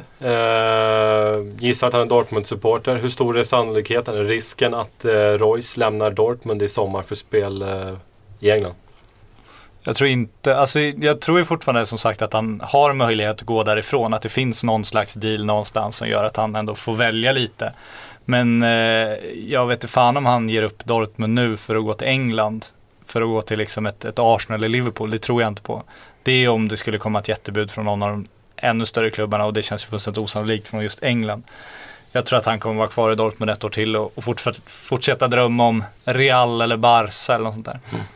eh, gissar att han är Dortmund-supporter. Hur stor är sannolikheten, risken att eh, Royce lämnar Dortmund i sommar för spel eh, i England? Jag tror inte, alltså jag tror ju fortfarande som sagt att han har möjlighet att gå därifrån. Att det finns någon slags deal någonstans som gör att han ändå får välja lite. Men eh, jag vet inte fan om han ger upp Dortmund nu för att gå till England. För att gå till liksom ett, ett Arsenal eller Liverpool, det tror jag inte på. Det är om det skulle komma ett jättebud från någon av de ännu större klubbarna och det känns ju fullständigt osannolikt från just England. Jag tror att han kommer vara kvar i Dortmund ett år till och, och fortsätta, fortsätta drömma om Real eller Barca eller något sånt där. Mm.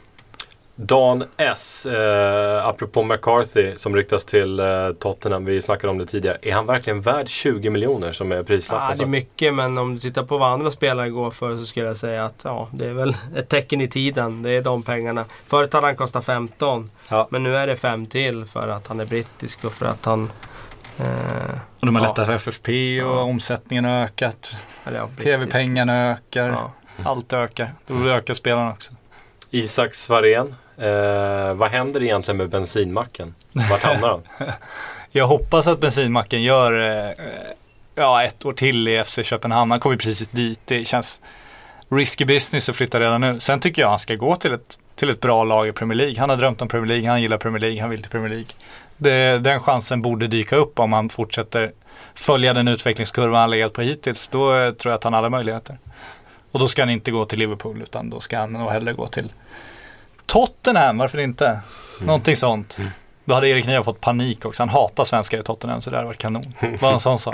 Dan S, eh, apropå McCarthy som ryktas till eh, Tottenham, vi snackade om det tidigare. Är han verkligen värd tjugo miljoner som är prislappen? Ja, det är mycket, men om du tittar på vad andra spelare går för så skulle jag säga att ja, det är väl ett tecken i tiden. Det är de pengarna. Förut hade han kostat femton, ja. Men nu är det fem till för att han är brittisk och för att han... Eh, och de har ja. lättat för F F P och ja. Omsättningen har ökat. Ja, T V-pengarna ökar. Ja. Allt ökar. Då ökar spelarna också. Isak Svarén, eh, vad händer egentligen med bensinmacken? Vart hamnar han? Jag hoppas att bensinmacken gör eh, ja, ett år till i F C Köpenhamn. Han kommer precis dit. Det känns risky business att flytta redan nu. Sen tycker jag han ska gå till ett, till ett bra lag i Premier League. Han har drömt om Premier League, han gillar Premier League, han vill till Premier League. Det, den chansen borde dyka upp om han fortsätter följa den utvecklingskurvan han legat på hittills. Då eh, tror jag att han har alla möjligheter. Och då ska han inte gå till Liverpool utan då ska han nog hellre gå till Tottenham, varför inte? Mm. Någonting sånt. Mm. Då hade Erik Niva fått panik också. Han hatar svenskar i Tottenham så det hade varit kanon. Vad en sån sak.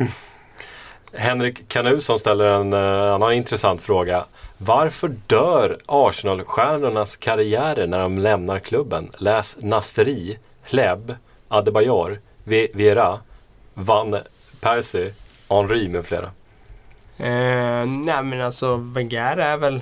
Henrik Kanusson ställer en uh, annan intressant fråga. Varför dör Arsenal-stjärnornas karriärer när de lämnar klubben? Läs Nasteri, Hleb, Adebayor, Vieira, Van Persie, Henry med flera. Eh, nej men alltså Wenger är väl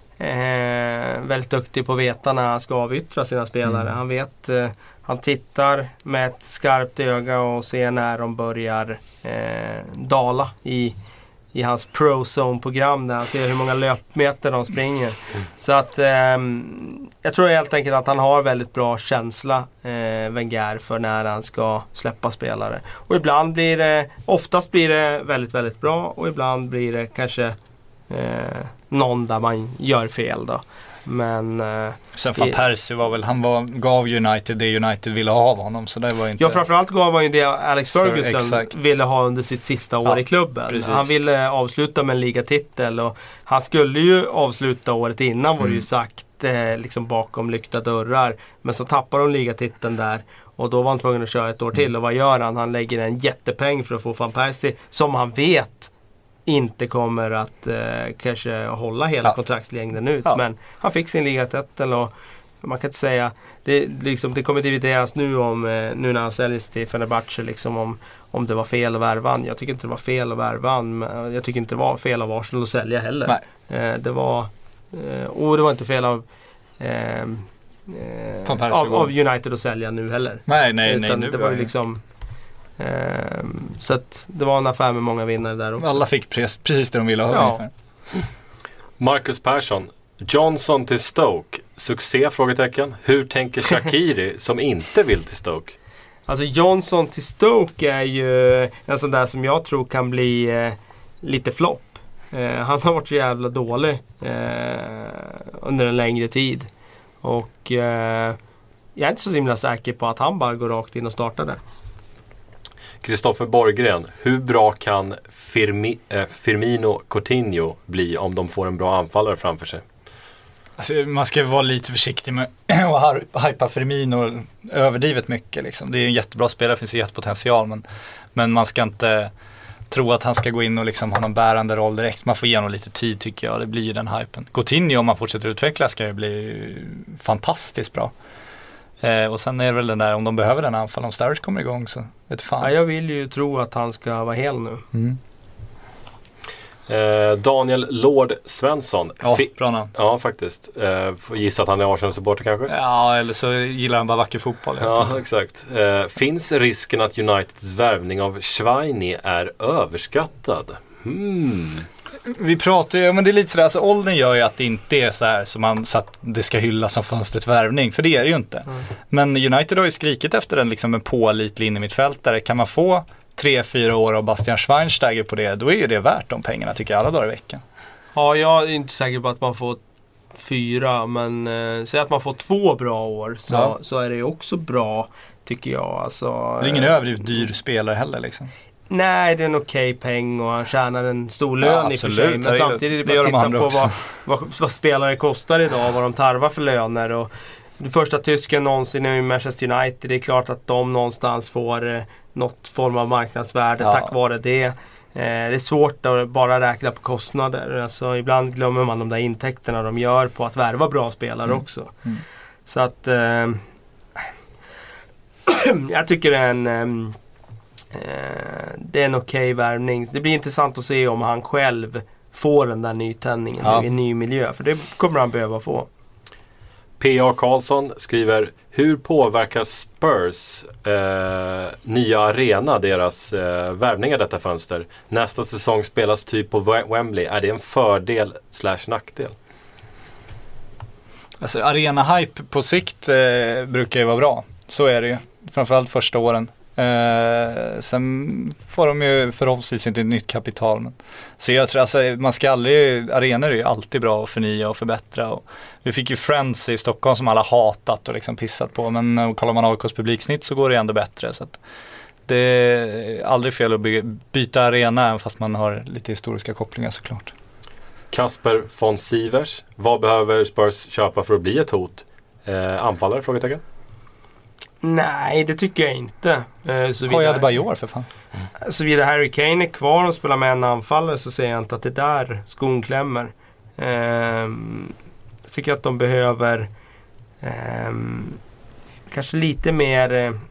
eh, väldigt duktig på att veta när han ska avyttra sina spelare. Mm. Han vet, eh, han tittar med ett skarpt öga och ser när de börjar eh, dala i, i hans pro-zone-program där han ser hur många löpmeter de springer. Mm. Så att eh, jag tror helt enkelt att han har väldigt bra känsla eh, Wenger för när han ska släppa spelare. Och ibland blir det, oftast blir det väldigt, väldigt bra och ibland blir det kanske eh, någon där man gör fel då. Men eh, sen Van Persie var väl, han var, gav United det United ville ha av honom så det var inte... Ja, framförallt gav han ju det Alex Ferguson Sir, ville ha under sitt sista år ja, i klubben. Precis. Han ville avsluta med en ligatitel och han skulle ju avsluta året innan mm. var det ju sagt eh, liksom bakom lyckta dörrar. Men så tappar de ligatiteln där och då var han tvungen att köra ett år till mm. och vad gör han? Han lägger en jättepeng för att få Van Persie som han vet inte kommer att eh, kanske hålla hela ja. kontraktslängden ut. Ja. Men han fick sin ligatitel och man kan inte säga det, liksom, det kommer divideras nu om eh, nu när han säljs till Fenerbahce liksom om, om det var fel att värva han. Jag tycker inte det var fel att värva han, men jag tycker inte det var fel av Arsenal att sälja heller. Eh, det var eh, och det var inte fel av eh, eh, av, av United att sälja nu heller. Nej, nej, nej. Nu det var ju liksom Um, så att det var en affär med många vinnare där också. Alla fick precis, precis det de ville ha ja. ungefär. Marcus Persson, Johnson till Stoke, succé? Frågetecken. Hur tänker Shaqiri som inte vill till Stoke? Alltså Johnson till Stoke är ju en sån där som jag tror kan bli eh, lite flopp. Eh, han har varit så jävla dålig eh, under en längre tid och eh, jag är inte så himla säker på att han bara går rakt in och startar där. Kristoffer Borggren, hur bra kan Firmi, eh, Firmino Coutinho bli om de får en bra anfallare framför sig? Alltså, man ska vara lite försiktig med att hypa Firmino överdrivet mycket. Liksom. Det är en jättebra spelare, finns jättepotential, men, men man ska inte tro att han ska gå in och liksom ha någon bärande roll direkt. Man får ge honom lite tid tycker jag, det blir ju den hypen. Coutinho, om man fortsätter utveckla, ska ju bli fantastiskt bra. Eh, och sen är det väl den där, om de behöver den anfall, om Sturridge kommer igång så vet fan. Ja, jag vill ju tro att han ska vara hel nu. Mm. Eh, Daniel Lord Svensson. Ja, Fi- bra namn. Ja, faktiskt. Eh, får gissa att han är Arsenal-supporter kanske? Ja, eller så gillar han bara vacker fotboll. jag vet Ja, inte. exakt. Eh, finns risken att Uniteds värvning av Schweini är överskattad? Hmm. Vi pratar ju, men det är lite sådär, alltså åldern gör ju att det inte är så här som man så att det ska hyllas som fönstret värvning, för det är det ju inte. Mm. Men United har ju skrikit efter en, liksom en pålitlig innermittfältare. Kan man få tre, fyra år av Bastian Schweinsteiger på det, då är ju det värt de pengarna tycker jag alla dagar i veckan. Ja, jag är inte säker på att man får fyra, men eh, säg att man får två bra år så, Ja. så är det ju också bra tycker jag. Alltså, Det är ingen eh, överdrivet dyr spelare heller liksom. Nej, det är en okej peng och han tjänar en stor lön Ja, i och för absolut. sig. Men Det- samtidigt är det det gör bara de att andra titta på också. vad, vad, vad spelare kostar idag, vad de tarvar för löner. Och det första tysken någonsin är ju Manchester United. Det är klart att de någonstans får eh, något form av marknadsvärde Ja. tack vare det. Eh, det är svårt att bara räkna på kostnader. Alltså, ibland glömmer man de där intäkterna de gör på att värva bra spelare Mm. också. Mm. Så att eh, jag tycker det är en eh, Eh, det är en okej värvning. Det blir intressant att se om han själv får den där nytändningen Ja. i en ny miljö. För det kommer han behöva få. P A Karlsson skriver: hur påverkar Spurs eh, nya arena deras eh, värvningar detta fönster? Nästa säsong spelas typ på Wem- Wembley. Är det en fördel slash nackdel? Alltså arena-hype på sikt eh, brukar ju vara bra. Så är det ju. Framförallt första åren. Eh, sen får de ju förhoppningsvis inte nytt kapital. Men. Så jag tror alltså, man ska aldrig, arenor är ju alltid bra att förnya och förbättra. Och vi fick ju Friends i Stockholm som alla hatat och liksom pissat på. Men eh, kollar man A I K:s publiksnitt så går det ändå bättre. Så att det är aldrig fel att bygga, byta arena även fast man har lite historiska kopplingar såklart. Kasper von Sivers: vad behöver Spurs köpa för att bli ett hot? Eh, anfallare? Frågetecken. Nej, det tycker jag inte. Eh, så Har jag bara i år för fan. Såvida Harry Kane är kvar och spelar med en anfallare så ser jag inte att det där skon klämmer. Eh, jag tycker att de behöver eh, kanske lite mer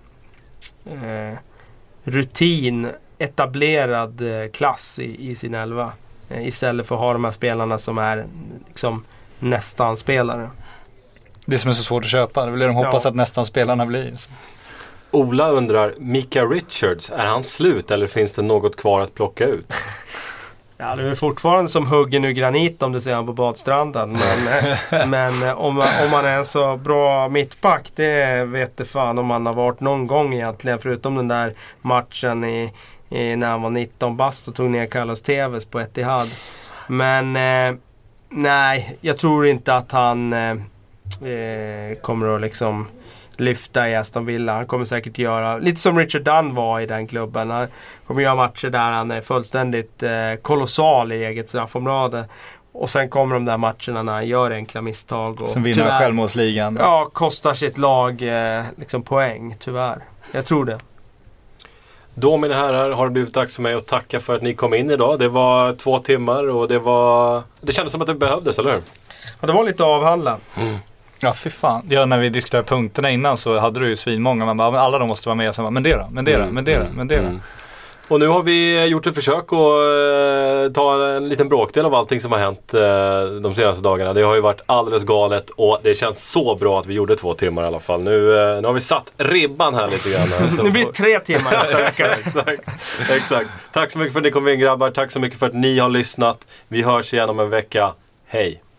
eh, rutin, etablerad eh, klass i, i sin elva. Eh, istället för att ha de här spelarna som är liksom nästan spelare. Det som är så svårt att köpa. Det vill de hoppas Ja. att nästan spelarna blir. Ola undrar: Mika Richards, är han slut eller finns det något kvar att plocka ut? Ja, det är fortfarande som huggen ur granit om du ser han på badstranden. Men, eh, men eh, om, man- om man är en så bra mittback, det vet det fan om man har varit någon gång egentligen. Förutom den där matchen i, i, när han var nitton bast och tog ner Carlos Tevez på Etihad. Men eh, nej, jag tror inte att han eh, eh, kommer att liksom lyfta i Aston Villa. Han kommer säkert göra, lite som Richard Dunn var i den klubben. Han kommer göra matcher där han är fullständigt eh, kolossal i eget straffområde. Och sen kommer de där matcherna när han gör enkla misstag. Och Sen vinner tyvärr- självmålsligan. Ja, kostar sitt lag eh, liksom poäng, tyvärr. Jag tror det. Då, mina herrar, har det blivit dags för mig att tacka för att ni kom in idag. Det var två timmar och det var... Det kändes som att det behövdes, eller hur? Ja, det var lite att avhandla. Ja, fy fan. Ja, när vi diskuterade punkterna innan så hade du ju svinmånga. Man bara, men alla de måste vara med. Och sen bara, men det då, men det då, men det då, men det då. Mm. Och nu har vi gjort ett försök att eh, ta en liten bråkdel av allting som har hänt eh, de senaste dagarna. Det har ju varit alldeles galet och det känns så bra att vi gjorde två timmar i alla fall. Nu, eh, nu har vi satt ribban här lite grann. Så Nu blir det tre timmar nästa vecka. exakt, exakt. Tack så mycket för att ni kom in, grabbar. Tack så mycket för att ni har lyssnat. Vi hörs igen om en vecka. Hej!